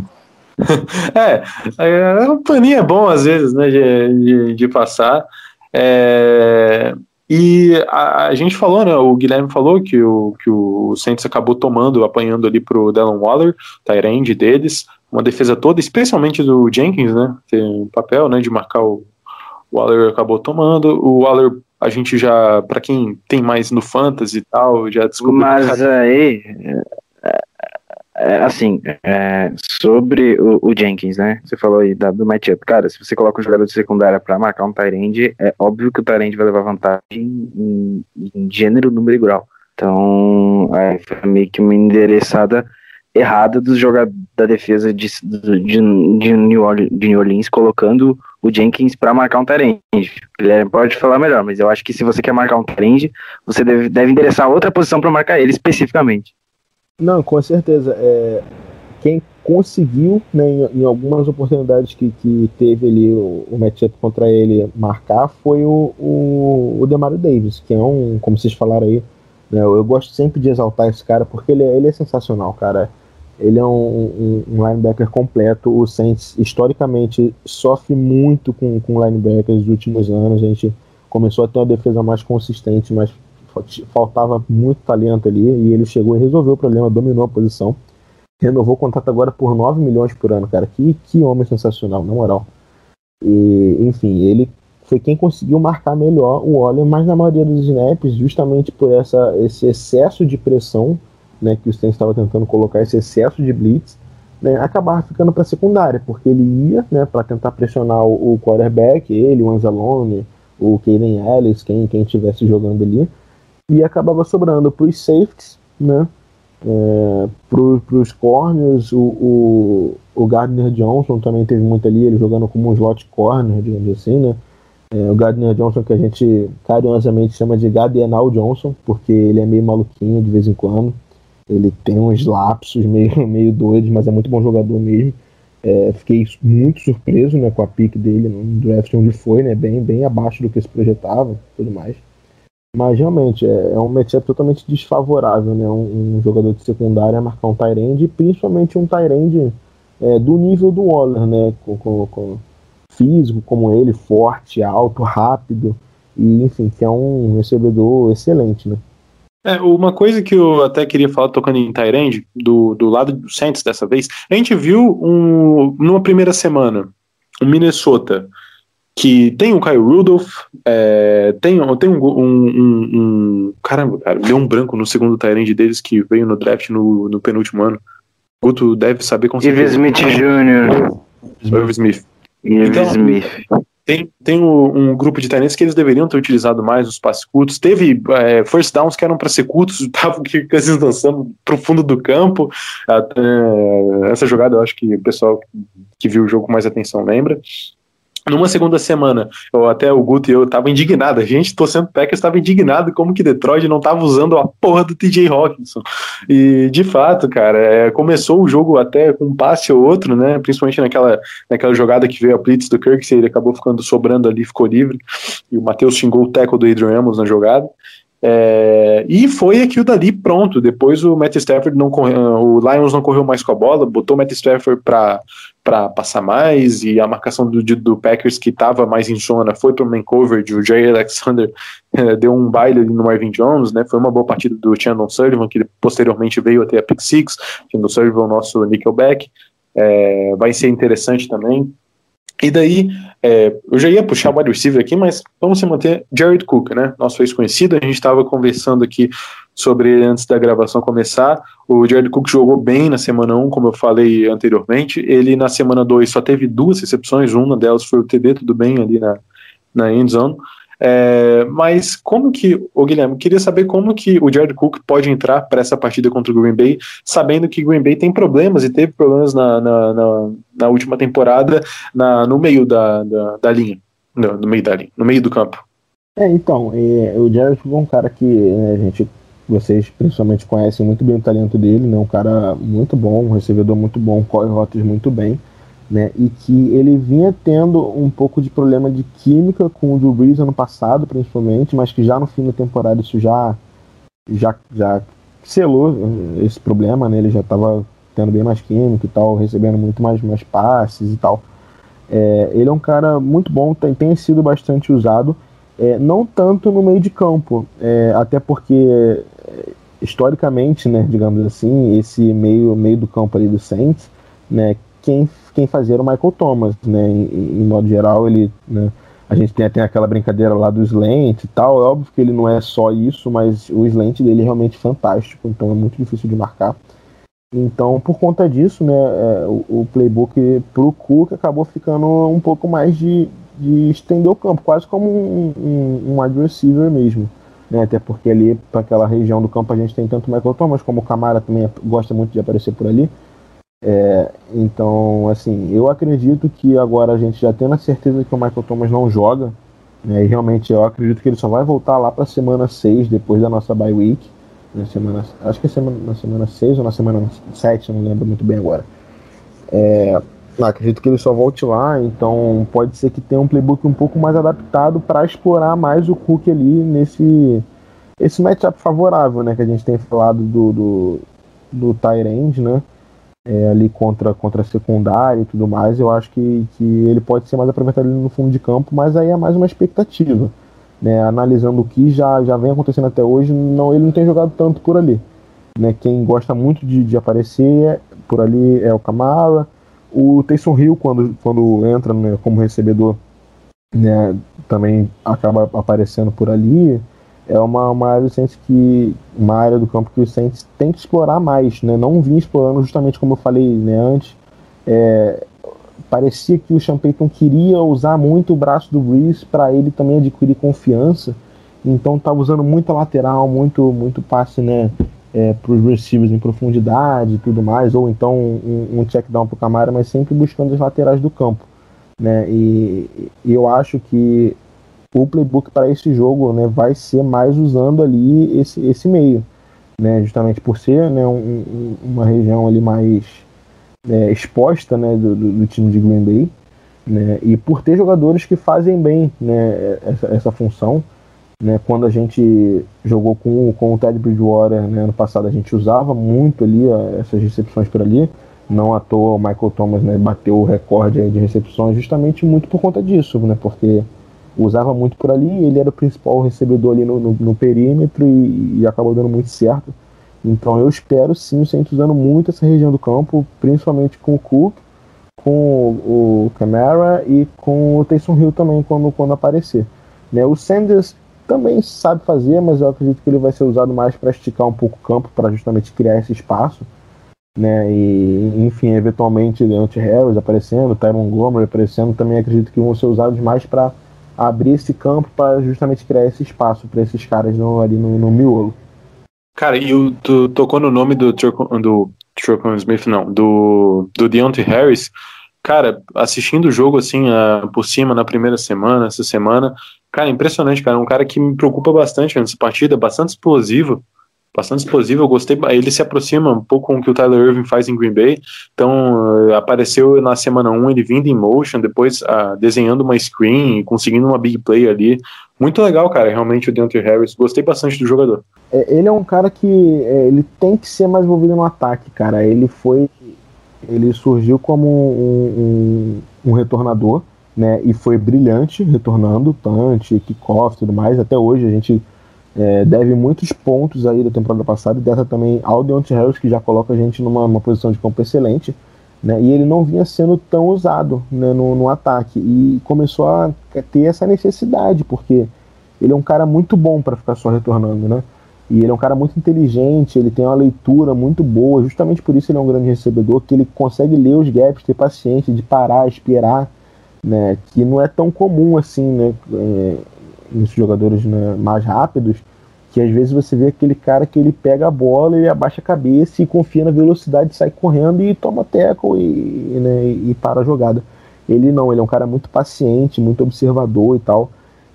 Um paninho é bom às vezes, né, de passar. E a gente falou, né, o Guilherme falou que o Saints acabou apanhando ali pro Darren Waller, tight end deles, uma defesa toda, especialmente do Jenkins, né, tem um papel, né, de marcar o Waller, acabou tomando. O Waller, a gente já, pra quem tem mais no Fantasy e tal, já descobriu. Mas aí, sobre o Jenkins, né? Você falou aí do matchup. Cara, se você coloca o jogador de secundária pra marcar um tight end, é óbvio que o tight end vai levar vantagem em gênero, número e grau. Então, foi meio que uma endereçada errada dos jogadores da defesa de New Orleans, colocando o Jenkins pra marcar um tight end. O Guilherme pode falar melhor, mas eu acho que se você quer marcar um tight end, você deve endereçar outra posição pra marcar ele especificamente. Não, com certeza. Quem conseguiu, né, em algumas oportunidades que teve ali o matchup contra ele marcar foi o Demario Davis, que é como vocês falaram aí, né, eu gosto sempre de exaltar esse cara porque ele é sensacional, cara. Ele é um linebacker completo. O Saints historicamente sofre muito com linebackers nos últimos anos. A gente começou a ter uma defesa mais consistente, mas faltava muito talento ali, e ele chegou e resolveu o problema, dominou a posição, renovou o contrato agora por 9 milhões por ano, cara, que homem sensacional, na moral. E, enfim, ele foi quem conseguiu marcar melhor o Waller, mas na maioria dos snaps, justamente por esse excesso de pressão, né, que o Saints estava tentando colocar, esse excesso de blitz, né, acabava ficando para secundária, porque ele ia, né, para tentar pressionar o quarterback, ele, o Anzalone, o Kaden Ellis, quem estivesse jogando ali, e acabava sobrando para os safeties, né, para os corners. O Gardner Johnson também teve muito ali, ele jogando como um slot corner, digamos assim, né. O Gardner Johnson, que a gente carinhosamente chama de Gardenal Johnson, porque ele é meio maluquinho de vez em quando, ele tem uns lapsos meio doidos, mas é muito bom jogador mesmo. Fiquei muito surpreso, né, com a pick dele no draft onde foi, né, bem abaixo do que se projetava e tudo mais. Mas realmente é um matchup totalmente desfavorável, né? Um jogador de secundária marcar um tight end, e principalmente um tight end do nível do Waller, né? Com físico como ele, forte, alto, rápido, e enfim, que é um recebedor excelente, né? Uma coisa que eu até queria falar, tocando em tight end, do lado do Saints dessa vez, a gente viu numa primeira semana o Minnesota, que tem o Kyle Rudolph, tem caramba, cara, deu um branco no segundo tight end deles, que veio no draft no penúltimo ano. O Guto deve saber com certeza. Ives Smith Jr. Irv Smith. Então, Smith. Tem um grupo de tight ends que eles deveriam ter utilizado mais os passes curtos. Teve first downs que eram para ser curtos, estavam o Kirk Cousins lançando pro fundo do campo. Essa jogada eu acho que o pessoal que viu o jogo com mais atenção lembra. Numa segunda semana, até o Guto e eu tava indignado, a gente torcendo Packers estava indignado como que Detroit não tava usando a porra do TJ Hawkinson. E de fato, cara, começou o jogo até com um passe ou outro, né, principalmente naquela jogada que veio a blitz do Kirksey, ele acabou ficando sobrando ali, ficou livre, e o Matheus xingou o tackle do Adrian Amos na jogada. E foi aquilo dali pronto. Depois o Matt Stafford o Lions não correu mais com a bola, botou o Matt Stafford para passar mais, e a marcação do Packers, que estava mais em zona, foi para o man coverage. O Jair Alexander deu um baile ali no Marvin Jones, né? Foi uma boa partida do Chandon Sullivan, que posteriormente veio até a pick six. Chandon Sullivan, o nosso nickelback, vai ser interessante também. E daí, eu já ia puxar o wide receiver aqui, mas vamos se manter Jared Cook, né? Nosso ex-conhecido. A gente estava conversando aqui sobre ele antes da gravação começar. O Jared Cook jogou bem na semana 1, como eu falei anteriormente. Ele na semana 2 só teve 2 recepções, uma delas foi o TD, tudo bem, ali na end zone. Mas como que, Guilherme, queria saber como que o Jared Cook pode entrar para essa partida contra o Green Bay, sabendo que o Green Bay tem problemas e teve problemas na última temporada no meio da linha, no meio da linha, no meio do campo. Então, o Jared Cook é um cara que, né, vocês principalmente conhecem muito bem o talento dele, né, um cara muito bom, um recebedor muito bom, corre rotas muito bem, né, e que ele vinha tendo um pouco de problema de química com o Drew Brees ano passado, principalmente, mas que já no fim da temporada isso já selou esse problema, né, ele já estava tendo bem mais química e tal, recebendo muito mais passes e tal. Ele é um cara muito bom, tem sido bastante usado, não tanto no meio de campo, até porque historicamente, né, digamos assim, esse meio do campo ali do Saints, né, quem fazia era o Michael Thomas, né, em modo geral, ele, né, a gente tem aquela brincadeira lá do slant e tal, é óbvio que ele não é só isso, mas o slant dele é realmente fantástico, então é muito difícil de marcar. Então, por conta disso, né, o playbook pro Cook acabou ficando um pouco mais de estender o campo, quase como um wide receiver mesmo, né, até porque ali, para aquela região do campo, a gente tem tanto o Michael Thomas, como o Kamara também gosta muito de aparecer por ali. Então, assim, eu acredito que agora a gente já tendo a certeza que o Michael Thomas não joga, né, e realmente eu acredito que ele só vai voltar lá para a semana 6, depois da nossa bye week, acho que é na semana 6 ou na semana 7, não lembro muito bem agora. Acredito que ele só volte lá, então pode ser que tenha um playbook um pouco mais adaptado para explorar mais o Cook ali nesse matchup favorável, né, que a gente tem falado do tight end, né, ali contra a secundária e tudo mais. Eu acho que ele pode ser mais aproveitado ali no fundo de campo, mas aí é mais uma expectativa, né, analisando o que já vem acontecendo até hoje, ele não tem jogado tanto por ali, né, quem gosta muito de aparecer por ali é o Kamara. O Taysom Hill, quando entra, né, como recebedor, né, também acaba aparecendo por ali. É uma área do campo que o Saints tem que explorar mais, né? Não vinha explorando, justamente como eu falei, né, antes. Parecia que o Sean Payton queria usar muito o braço do Brees para ele também adquirir confiança. Então estava usando muita lateral, muito passe, né, para os receivers em profundidade e tudo mais, ou então um check down para o Kamara, mas sempre buscando as laterais do campo, né? E eu acho que o playbook para esse jogo, né, vai ser mais usando ali esse meio, né, justamente por ser, né, uma região ali mais exposta, né, do time de Green Bay, né, e por ter jogadores que fazem bem, né, essa função. Né, quando a gente jogou com o Teddy Bridgewater, né, ano passado, a gente usava muito ali essas recepções por ali. Não à toa o Michael Thomas, né, bateu o recorde aí de recepções justamente muito por conta disso, né, porque usava muito por ali, ele era o principal recebedor ali no perímetro e acabou dando muito certo. Então eu espero sim o Saints usando muito essa região do campo, principalmente com o Cook, com o Kamara e com o Taysom Hill também quando aparecer. Né, o Sanders também sabe fazer, mas eu acredito que ele vai ser usado mais para esticar um pouco o campo, para justamente criar esse espaço, né? E enfim, eventualmente Deontay Harris aparecendo, Tyron Montgomery aparecendo, também acredito que vão ser usados mais para abrir esse campo, para justamente criar esse espaço para esses caras ali no miolo. Cara, e tu tocou no nome do Tre'Quan Smith, não, do Deontay Harris. Cara, assistindo o jogo assim por cima na primeira semana, essa semana, cara, impressionante, cara, um cara que me preocupa bastante nessa partida, bastante explosivo, eu gostei, ele se aproxima um pouco com o que o Tyler Irving faz em Green Bay, então apareceu na semana 1, ele vindo em motion, depois desenhando uma screen, conseguindo uma big play ali, muito legal, cara, realmente o Deontay Harris, gostei bastante do jogador. Ele é um cara que ele tem que ser mais envolvido no ataque, cara, ele surgiu como um retornador, né, e foi brilhante retornando, punch, kickoff e tudo mais. Até hoje a gente deve muitos pontos aí da temporada passada e dessa também ao Deontay Harris, que já coloca a gente numa posição de campo excelente, né, e ele não vinha sendo tão usado, né, no ataque, e começou a ter essa necessidade, porque ele é um cara muito bom para ficar só retornando, né? E ele é um cara muito inteligente, ele tem uma leitura muito boa, justamente por isso ele é um grande recebedor, que ele consegue ler os gaps, ter paciência de parar, esperar, né, que não é tão comum assim, né, nesses jogadores, né, mais rápidos, que às vezes você vê aquele cara que ele pega a bola, ele abaixa a cabeça e confia na velocidade, sai correndo e toma tackle e para a jogada. Ele não, ele é um cara muito paciente, muito observador e tal,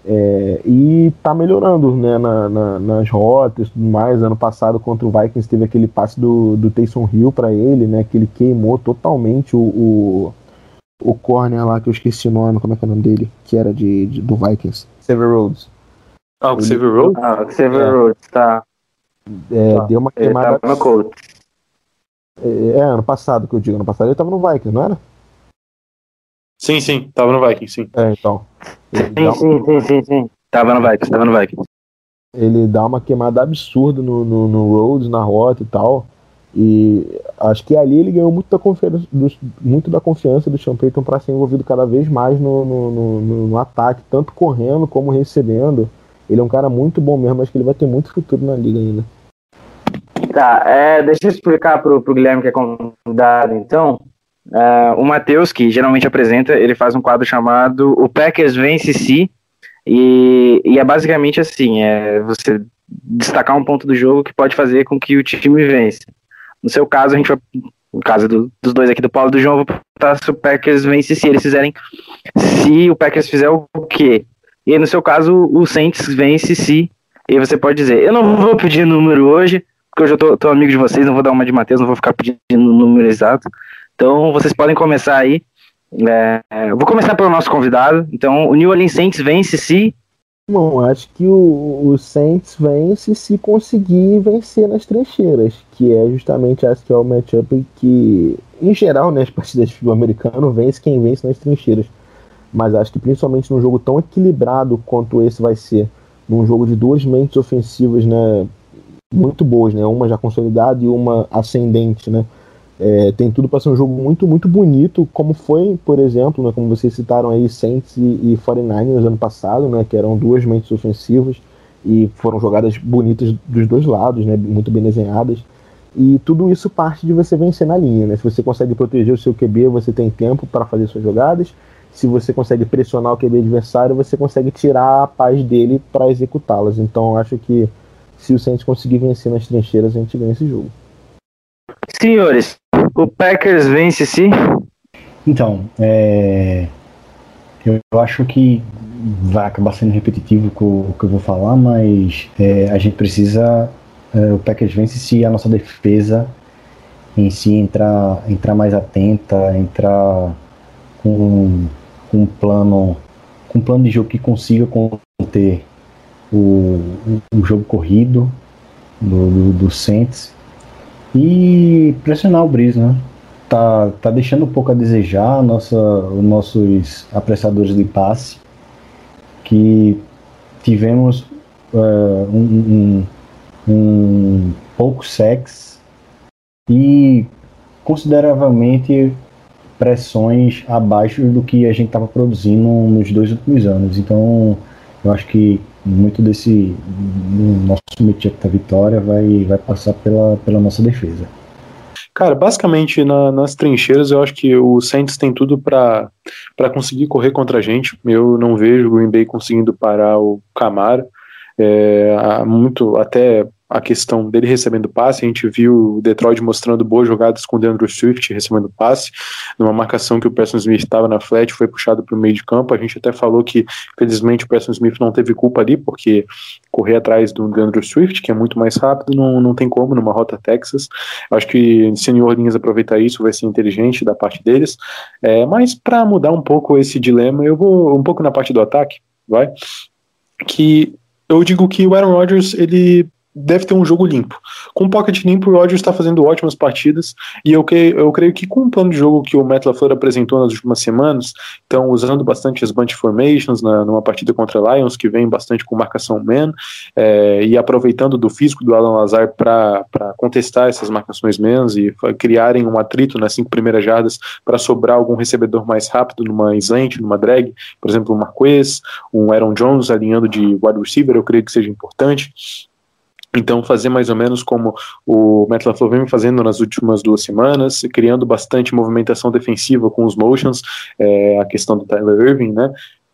e tá melhorando, né, nas rotas e tudo mais. Ano passado contra o Vikings teve aquele passe do Taysom Hill para ele, né, que ele queimou totalmente o corner lá, que eu esqueci o nome, como é que é o nome dele, que era do Vikings, Xavier Rhodes. O Xavier Rhodes? Xavier Rhodes, tá. Deu uma queimada. Ele tava no Colts. Ano passado que eu digo. Ano passado ele tava no Vikings, não era? Sim, tava no Vikings, sim. Então. Sim. Tava no Vikings. Ele dá uma queimada absurda no Rhodes, na rota e tal. E acho que ali ele ganhou muito da confiança do Sean Payton para ser envolvido cada vez mais no ataque, tanto correndo como recebendo. Ele é um cara muito bom mesmo, acho que ele vai ter muito futuro na liga ainda. Tá, deixa eu explicar pro Guilherme que é convidado, então. O Matheus, que geralmente apresenta, ele faz um quadro chamado O Packers Vence Se, e é basicamente assim, você destacar um ponto do jogo que pode fazer com que o time vença. No seu caso, a gente vai, no caso dos dois aqui, do Paulo e do João, vou perguntar se o Packers vence se eles fizerem, se o Packers fizer o quê? E aí, no seu caso, o Saints vence se, e você pode dizer, eu não vou pedir número hoje, porque hoje eu tô amigo de vocês, não vou dar uma de Matheus, não vou ficar pedindo o número exato. Então, vocês podem começar aí. Eu vou começar pelo nosso convidado. Então, o New Orleans Saints vence se... Bom, acho que o Saints vence se conseguir vencer nas trincheiras, que é justamente acho que é o matchup que, em geral, né, as partidas de futebol americano, vence quem vence nas trincheiras. Mas acho que principalmente num jogo tão equilibrado quanto esse vai ser, num jogo de duas mentes ofensivas, né, muito boas, né, uma já consolidada e uma ascendente, né, tem tudo para ser um jogo muito, muito bonito, como foi, por exemplo, né, como vocês citaram aí, Saints e 49ers ano passado, né, que eram duas mentes ofensivas e foram jogadas bonitas dos dois lados, né, muito bem desenhadas. E tudo isso parte de você vencer na linha, né? Se você consegue proteger o seu QB, você tem tempo para fazer suas jogadas. Se você consegue pressionar o QB adversário, você consegue tirar a paz dele para executá-las. Então, eu acho que se o Saints conseguir vencer nas trincheiras, a gente ganha esse jogo. Senhores, o Packers vence se... Então, eu acho que vai acabar sendo repetitivo com o que eu vou falar, mas a gente precisa... o Packers vence se a nossa defesa em si entrar mais atenta, entrar com um plano de jogo que consiga conter o jogo corrido do Saints e pressionar o Breeze, né? Tá deixando um pouco a desejar os nossos apressadores de passe, que tivemos um pouco sacks e consideravelmente pressões abaixo do que a gente estava produzindo nos 2 últimos anos. Então eu acho que muito desse nosso matchup da vitória vai passar pela nossa defesa. Cara, basicamente nas trincheiras eu acho que o Saints tem tudo para conseguir correr contra a gente. Eu não vejo o Green Bay conseguindo parar o Camara. Muito até a questão dele recebendo passe, a gente viu o Detroit mostrando boas jogadas com o DeAndre Swift recebendo passe, numa marcação que o Preston Smith estava na flat, foi puxado para o meio de campo. A gente até falou que felizmente o Preston Smith não teve culpa ali, porque correr atrás do DeAndre Swift, que é muito mais rápido, não tem como numa rota Texas. Acho que se New Orleans aproveitar isso vai ser inteligente da parte deles, mas para mudar um pouco esse dilema, eu vou um pouco na parte do ataque, que eu digo que o Aaron Rodgers, ele deve ter um jogo limpo. Com o pocket limpo, o Rodgers está fazendo ótimas partidas, e eu creio que com o plano de jogo que o Matt LaFleur apresentou nas últimas semanas, então usando bastante as bunch formations numa partida contra Lions, que vem bastante com marcação man, e aproveitando do físico do Alan Lazar para contestar essas marcações mans e criarem um atrito nas 5 primeiras jardas para sobrar algum recebedor mais rápido numa slant, numa drag, por exemplo, um Marquez, um Aaron Jones alinhando de wide receiver, eu creio que seja importante. Então fazer mais ou menos como o Matt LaFleur vem fazendo nas últimas 2 semanas, criando bastante movimentação defensiva com os motions, a questão do Tyler Irving, né?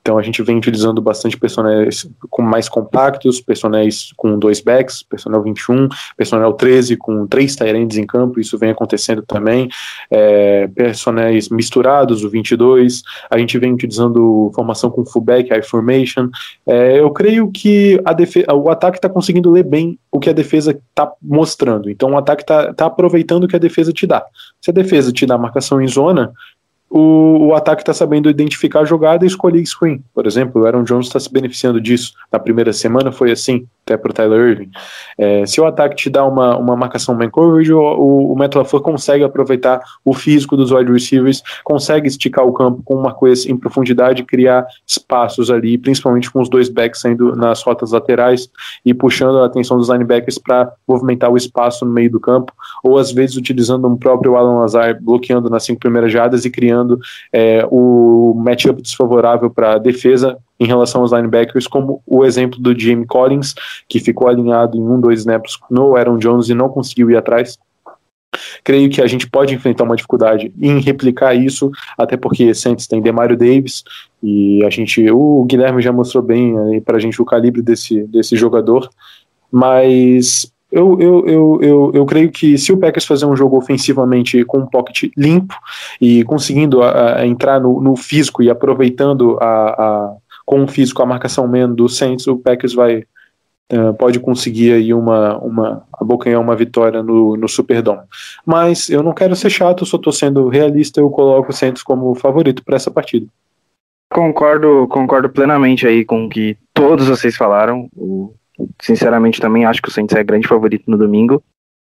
Então a gente vem utilizando bastante personagens mais compactos, personagens com 2 backs, personnel 21, personnel 13 com 3 tight ends em campo, isso vem acontecendo também, personagens misturados, o 22, a gente vem utilizando formação com fullback, high formation. Eu creio que o ataque está conseguindo ler bem o que a defesa está mostrando, então o ataque está aproveitando o que a defesa te dá. Se a defesa te dá marcação em zona, o ataque está sabendo identificar a jogada e escolher screen. Por exemplo, o Aaron Jones está se beneficiando disso. Na primeira semana foi assim, até para o Tyler Irving. Se o ataque te dá uma marcação man coverage, o Matt LaFleur consegue aproveitar o físico dos wide receivers, consegue esticar o campo com uma coisa em profundidade, criar espaços ali, principalmente com os 2 backs saindo nas rotas laterais e puxando a atenção dos linebackers para movimentar o espaço no meio do campo, ou às vezes utilizando um próprio Alan Lazar bloqueando nas 5 primeiras jardas e criando o matchup desfavorável para a defesa em relação aos linebackers, como o exemplo do Jamie Collins, que ficou alinhado em 2 snaps no Aaron Jones e não conseguiu ir atrás. Creio que a gente pode enfrentar uma dificuldade em replicar isso, até porque Saints tem Demario Davis, e o Guilherme já mostrou bem para a gente o calibre desse jogador, mas eu creio que se o Packers fazer um jogo ofensivamente com um pocket limpo e conseguindo entrar no físico e aproveitando com o físico a marcação man do Saints, o Packers pode conseguir aí abocanhar uma vitória no Superdome. Mas eu não quero ser chato, eu só estou sendo realista, eu coloco o Saints como favorito para essa partida. Concordo plenamente aí com o que todos vocês falaram. Sinceramente também acho que o Saints é grande favorito no domingo.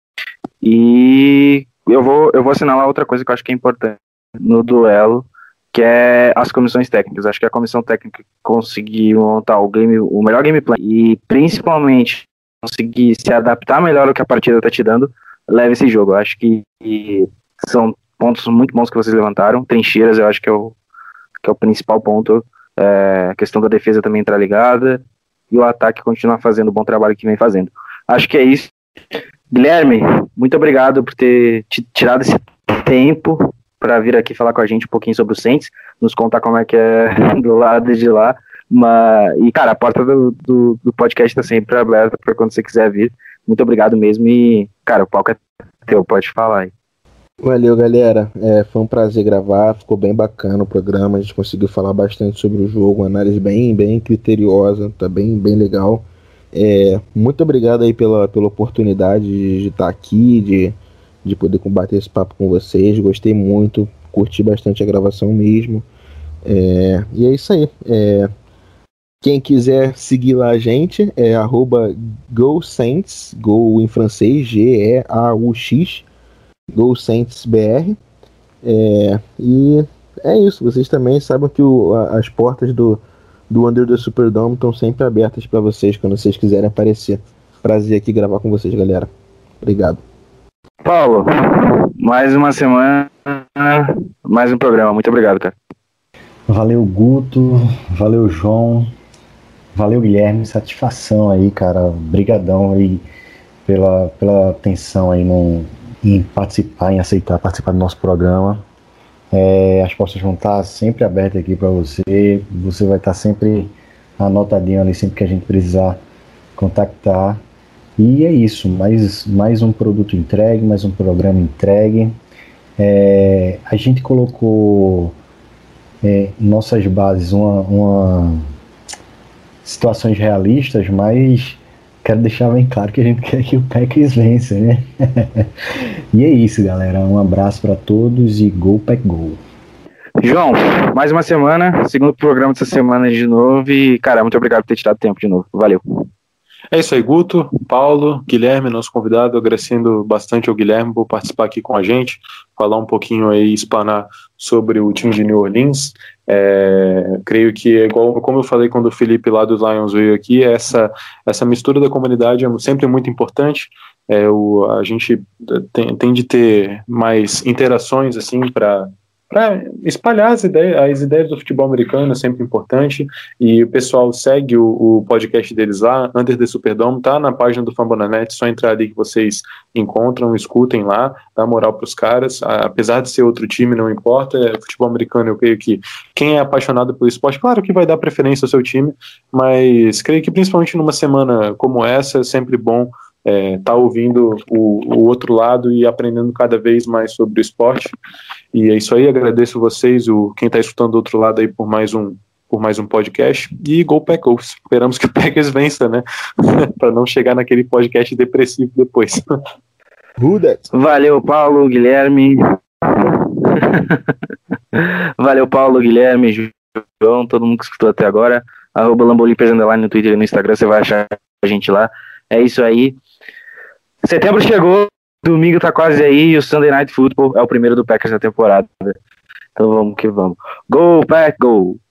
E eu vou assinalar outra coisa que eu acho que é importante no duelo, que é as comissões técnicas. Acho que a comissão técnica conseguiu montar o melhor game plan e principalmente conseguir se adaptar melhor ao que a partida está te dando, leva esse jogo. Eu acho que são pontos muito bons que vocês levantaram. Trincheiras eu acho que é o principal ponto. A questão da defesa também entrar ligada e o ataque continuar fazendo o bom trabalho que vem fazendo. Acho que é isso. Guilherme, muito obrigado por ter tirado esse tempo para vir aqui falar com a gente um pouquinho sobre o Saints, nos contar como é que é do lado de lá. E, cara, a porta do podcast está sempre aberta para quando você quiser vir. Muito obrigado mesmo e, cara, o palco é teu, pode falar aí. Valeu, galera. Foi um prazer gravar, ficou bem bacana o programa, a gente conseguiu falar bastante sobre o jogo, uma análise bem criteriosa, tá bem legal. Muito obrigado aí pela oportunidade de estar aqui, de poder combater esse papo com vocês, gostei muito, curti bastante a gravação mesmo. E é isso aí. Quem quiser seguir lá a gente é @GoSaints, Go em francês, GEAUX, GoSaintsBR. E é isso, vocês também sabem que as portas do Under the Superdome estão sempre abertas para vocês quando vocês quiserem aparecer. Prazer aqui gravar com vocês, galera. Obrigado. Paulo, mais uma semana, mais um programa. Muito obrigado, cara. Valeu, Guto. Valeu, João. Valeu, Guilherme. Satisfação aí, cara. Brigadão aí pela atenção aí em participar, em aceitar participar do nosso programa. As portas vão estar sempre abertas aqui para você. Você vai estar sempre anotadinho ali, sempre que a gente precisar contactar. E é isso, mais um produto entregue, mais um programa entregue. A gente colocou em nossas bases situações realistas, mas quero deixar bem claro que a gente quer que o Packers vença, né? E é isso, galera. Um abraço para todos e Go Pack Go! João, mais uma semana, segundo programa dessa semana de novo e, cara, muito obrigado por ter tirado tempo de novo. Valeu. É isso aí, Guto, Paulo, Guilherme, nosso convidado, agradecendo bastante ao Guilherme por participar aqui com a gente, falar um pouquinho aí, explanar sobre o time de New Orleans. Creio que, igual como eu falei quando o Felipe lá dos Lions veio aqui, essa mistura da comunidade é sempre muito importante. A gente tem de ter mais interações assim para para espalhar as ideias do futebol americano, é sempre importante, e o pessoal segue o podcast deles lá, Under the Superdome, tá na página do Fambonanet, só entrar ali que vocês encontram, escutem lá, dá moral pros caras, apesar de ser outro time, não importa, futebol americano, eu creio que quem é apaixonado pelo esporte, claro que vai dar preferência ao seu time, mas creio que principalmente numa semana como essa, é sempre bom tá ouvindo o outro lado e aprendendo cada vez mais sobre o esporte. E é isso aí, agradeço vocês, quem está escutando do outro lado aí por mais um podcast, e Go Packers, esperamos que o Packers vença, né, para não chegar naquele podcast depressivo depois. Valeu, Paulo, Guilherme. Valeu, Paulo, Guilherme, João, todo mundo que escutou até agora, @LamboLeapers _ no Twitter e no Instagram, você vai achar a gente lá. É isso aí. Setembro chegou, domingo tá quase aí, e o Sunday Night Football é o primeiro do Packers da temporada. Então vamos que vamos. Go, Pack, go!